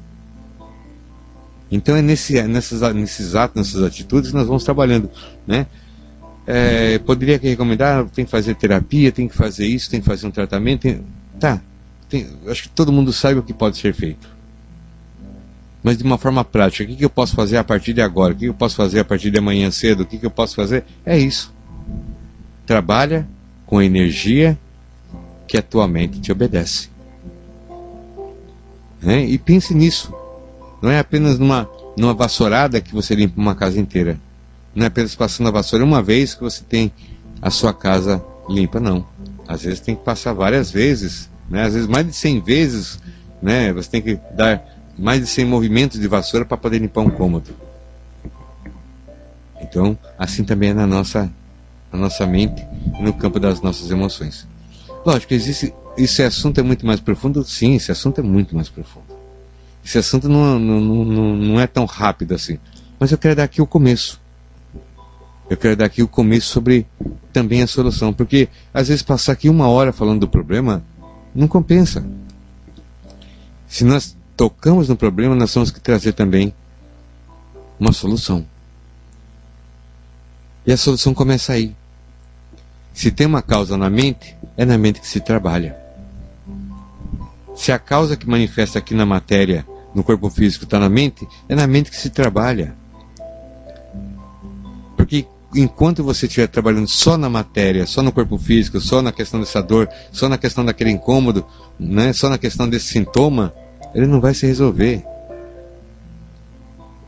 S3: Então é nesse, nessas, nesses atos, nessas atitudes que nós vamos trabalhando, né? É, poderia recomendar, tem que fazer terapia, tem que fazer isso, tem que fazer um tratamento, tem... tá, tem... acho que todo mundo sabe o que pode ser feito, mas de uma forma prática. O que, que eu posso fazer a partir de agora? O que, que eu posso fazer a partir de amanhã cedo? O que, que eu posso fazer? É isso. Trabalha com a energia que a tua mente te obedece, né? E pense nisso. Não é apenas numa, numa vassourada que você limpa uma casa inteira. Não é apenas passando a vassoura uma vez que você tem a sua casa limpa, não. Às vezes tem que passar várias vezes, né? Às vezes mais de cem vezes, né? Você tem que dar mais de cem movimentos de vassoura para poder limpar um cômodo. Então, assim também é na nossa, na nossa mente e no campo das nossas emoções. Lógico, existe, esse assunto é muito mais profundo? Sim, esse assunto é muito mais profundo. Esse assunto não, não, não, não é tão rápido assim. Mas eu quero dar aqui o começo. Eu quero dar aqui o começo sobre também a solução. Porque às vezes passar aqui uma hora falando do problema não compensa. Se nós tocamos no problema, nós temos que trazer também uma solução. E a solução começa aí. Se tem uma causa na mente, é na mente que se trabalha. Se a causa que manifesta aqui na matéria, no corpo físico, está na mente, é na mente que se trabalha. Porque enquanto você estiver trabalhando só na matéria, só no corpo físico, só na questão dessa dor, só na questão daquele incômodo, né, só na questão desse sintoma, ele não vai se resolver.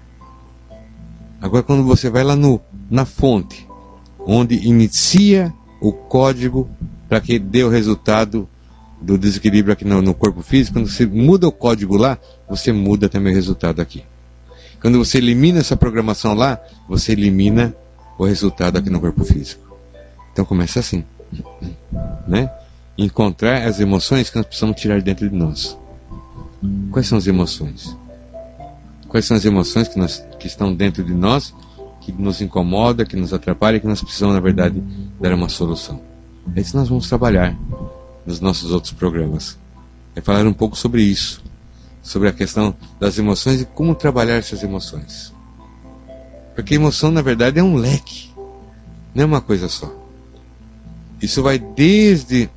S3: Agora, quando você vai lá no, na fonte, onde inicia o código para que dê o resultado do desequilíbrio aqui no, no corpo físico. Quando você muda o código lá, você muda também o resultado aqui. Quando você elimina essa programação lá, você elimina o resultado aqui no corpo físico. Então começa assim, né? Encontrar as emoções que nós precisamos tirar dentro de nós. Quais são as emoções? Quais são as emoções que, nós, que estão dentro de nós, que nos incomoda, que nos atrapalha, que nós precisamos, na verdade, dar uma solução? É isso que nós vamos trabalhar nos nossos outros programas. É falar um pouco sobre isso, sobre a questão das emoções e como trabalhar essas emoções. Porque emoção, na verdade, é um leque, não é uma coisa só. Isso vai desde,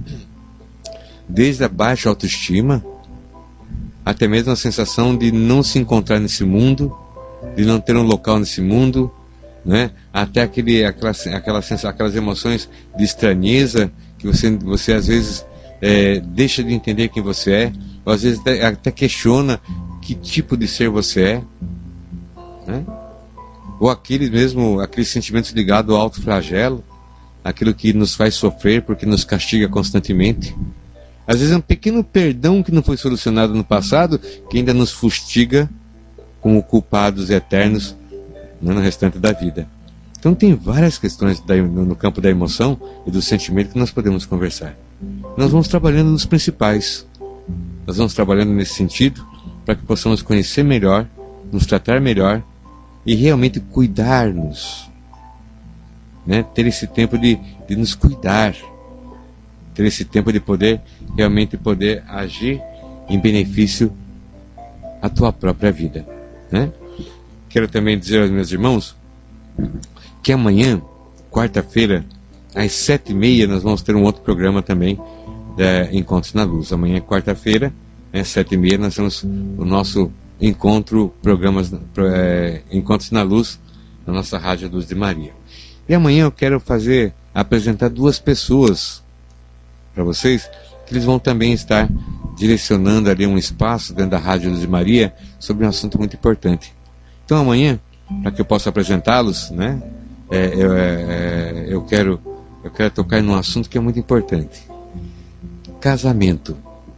S3: desde a baixa autoestima, até mesmo a sensação de não se encontrar nesse mundo, de não ter um local nesse mundo, né? Até aquele, aquela, aquela sensação, aquelas emoções de estranheza, que você, você às vezes é, deixa de entender quem você é, ou às vezes até, até questiona que tipo de ser você é, né? Ou aquele mesmo, aqueles sentimentos ligados ao autoflagelo, aquilo que nos faz sofrer porque nos castiga constantemente. Às vezes é um pequeno perdão que não foi solucionado no passado, que ainda nos fustiga como culpados eternos, né, no restante da vida. Então tem várias questões da, no campo da emoção e do sentimento que nós podemos conversar. Nós vamos trabalhando nos principais. Nós vamos trabalhando nesse sentido para que possamos conhecer melhor, nos tratar melhor e realmente cuidar-nos, né? Ter esse tempo de, de nos cuidar, ter esse tempo de poder realmente poder agir em benefício à tua própria vida, né? Quero também dizer aos meus irmãos que amanhã, quarta-feira, às sete e meia, nós vamos ter um outro programa também, da Encontros na Luz. Amanhã é quarta-feira, às sete e meia, nós temos o nosso encontro, programas, é, Encontros na Luz, na nossa Rádio Luz de Maria. E amanhã eu quero fazer, apresentar duas pessoas para vocês, que eles vão também estar direcionando ali um espaço dentro da Rádio Luz de Maria sobre um assunto muito importante. Então amanhã, para que eu possa apresentá-los, né, é, eu, é, eu, quero, eu quero tocar num assunto que é muito importante. Casamento.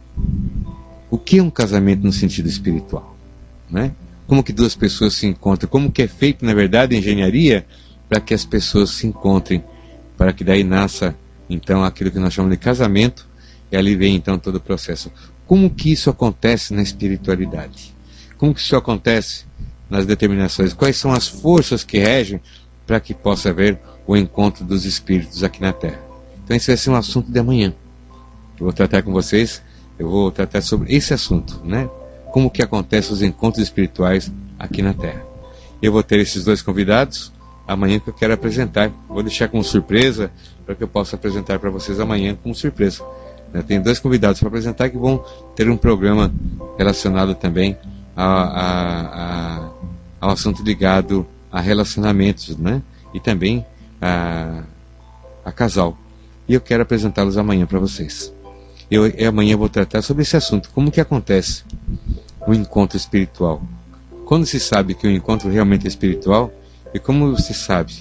S3: O que é um casamento no sentido espiritual? Né? Como que duas pessoas se encontram? Como que é feito, na verdade, a engenharia para que as pessoas se encontrem, para que daí nasça, então, aquilo que nós chamamos de casamento, e ali vem, então, todo o processo. Como que isso acontece na espiritualidade? Como que isso acontece nas determinações? Quais são as forças que regem para que possa haver o encontro dos espíritos aqui na Terra? Então esse vai ser um assunto de amanhã. Eu vou tratar com vocês, eu vou tratar sobre esse assunto, né? Como que acontecem os encontros espirituais aqui na Terra. Eu vou ter esses dois convidados amanhã que eu quero apresentar. Vou deixar como surpresa, para que eu possa apresentar para vocês amanhã como surpresa. Eu tenho dois convidados para apresentar que vão ter um programa relacionado também a, a, a, ao assunto ligado a relacionamentos, né? E também a, a casal. E eu quero apresentá-los amanhã para vocês. Eu, eu amanhã vou tratar sobre esse assunto. Como que acontece o encontro espiritual? Quando se sabe que o encontro realmente é espiritual? E como se sabe,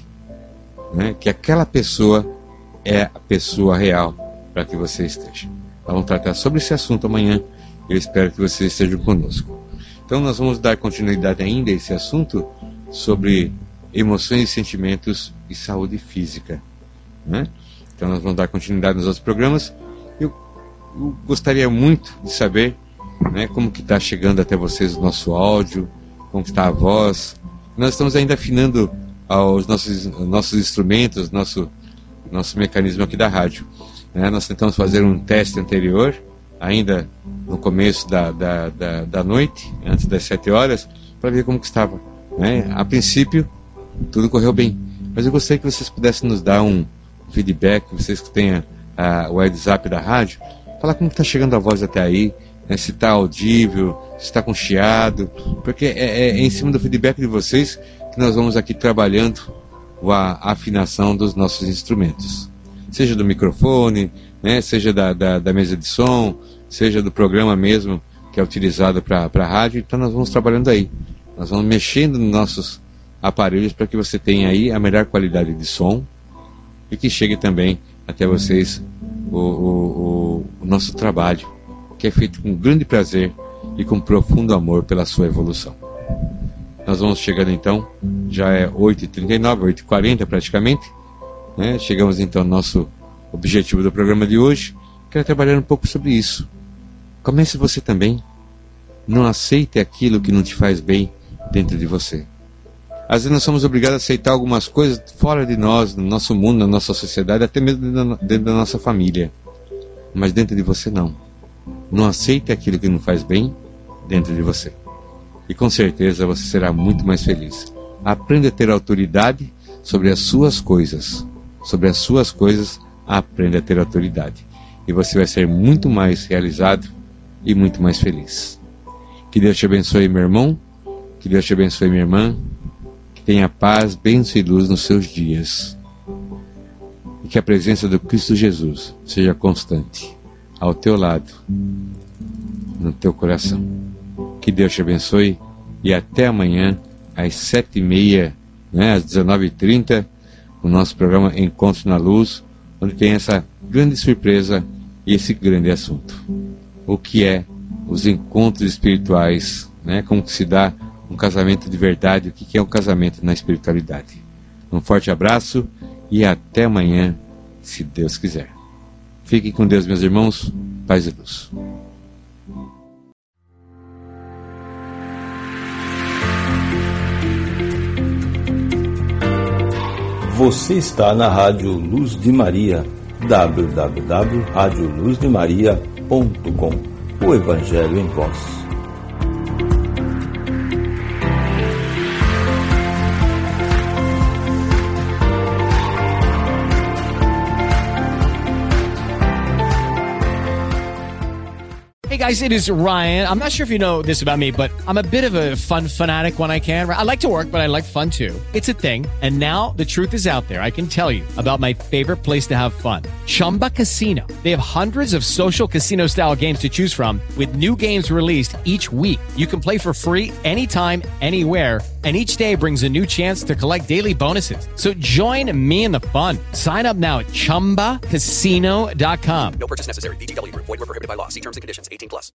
S3: né, que aquela pessoa é a pessoa real para que você esteja? Nós vamos tratar sobre esse assunto amanhã. Eu espero que vocês estejam conosco. Então nós vamos dar continuidade ainda a esse assunto sobre emoções e sentimentos e saúde física, né? Então nós vamos dar continuidade nos outros programas. Eu, eu gostaria muito de saber, né, como que está chegando até vocês o nosso áudio, como que está a voz. Nós estamos ainda afinando os nossos, nossos instrumentos, nosso, nosso mecanismo aqui da rádio, né? Nós tentamos fazer um teste anterior, ainda no começo da, da, da, da noite, antes das sete horas, para ver como que estava, né? A princípio, tudo correu bem, mas eu gostaria que vocês pudessem nos dar um feedback, vocês que tenham a, o WhatsApp da rádio, falar como está chegando a voz até aí, né? Se está audível, se está com chiado, porque é, é em cima do feedback de vocês que nós vamos aqui trabalhando a afinação dos nossos instrumentos, seja do microfone, né? Seja da, da, da mesa de som, seja do programa mesmo que é utilizado para a rádio. Então nós vamos trabalhando aí, nós vamos mexendo nos nossos aparelhos para que você tenha aí a melhor qualidade de som e que chegue também até vocês o, o, o nosso trabalho, que é feito com grande prazer e com profundo amor pela sua evolução. Nós vamos chegando então, já é oito e trinta e nove, oito e quarenta praticamente, né? Chegamos então ao nosso objetivo do programa de hoje. Quero trabalhar um pouco sobre isso. Comece você também. Não aceite aquilo que não te faz bem dentro de você. Às vezes nós somos obrigados a aceitar algumas coisas fora de nós, no nosso mundo, na nossa sociedade, até mesmo dentro da nossa família. Mas dentro de você não. Não aceite aquilo que não faz bem dentro de você. E com certeza você será muito mais feliz. Aprenda a ter autoridade sobre as suas coisas. Sobre as suas coisas, aprenda a ter autoridade. E você vai ser muito mais realizado e muito mais feliz. Que Deus te abençoe, meu irmão. Que Deus te abençoe, minha irmã. Que tenha paz, bênção e luz nos seus dias. E que a presença do Cristo Jesus seja constante ao teu lado, no teu coração. Que Deus te abençoe e até amanhã às sete e meia, né, às dezenove e trinta, o nosso programa Encontro na Luz, onde tem essa grande surpresa e esse grande assunto. O que é os encontros espirituais, né? Como que se dá um casamento de verdade, o que é um casamento na espiritualidade. Um forte abraço e até amanhã, se Deus quiser. Fiquem com Deus, meus irmãos. Paz e luz.
S4: Você está na Rádio Luz de Maria, w w w ponto rádio luz de maria ponto com. O Evangelho em Voz.
S6: Hey guys, it is Ryan. I'm not sure if you know this about me, but I'm a bit of a fun fanatic when I can. I like to work, but I like fun too. It's a thing. And now the truth is out there. I can tell you about my favorite place to have fun. Chumba Casino. They have hundreds of social casino style games to choose from with new games released each week. You can play for free anytime, anywhere. And each day brings a new chance to collect daily bonuses. So join me in the fun. Sign up now at chumba casino dot com.
S7: No purchase necessary. V G W Group. Void where prohibited by law. See terms and conditions. eighteen plus.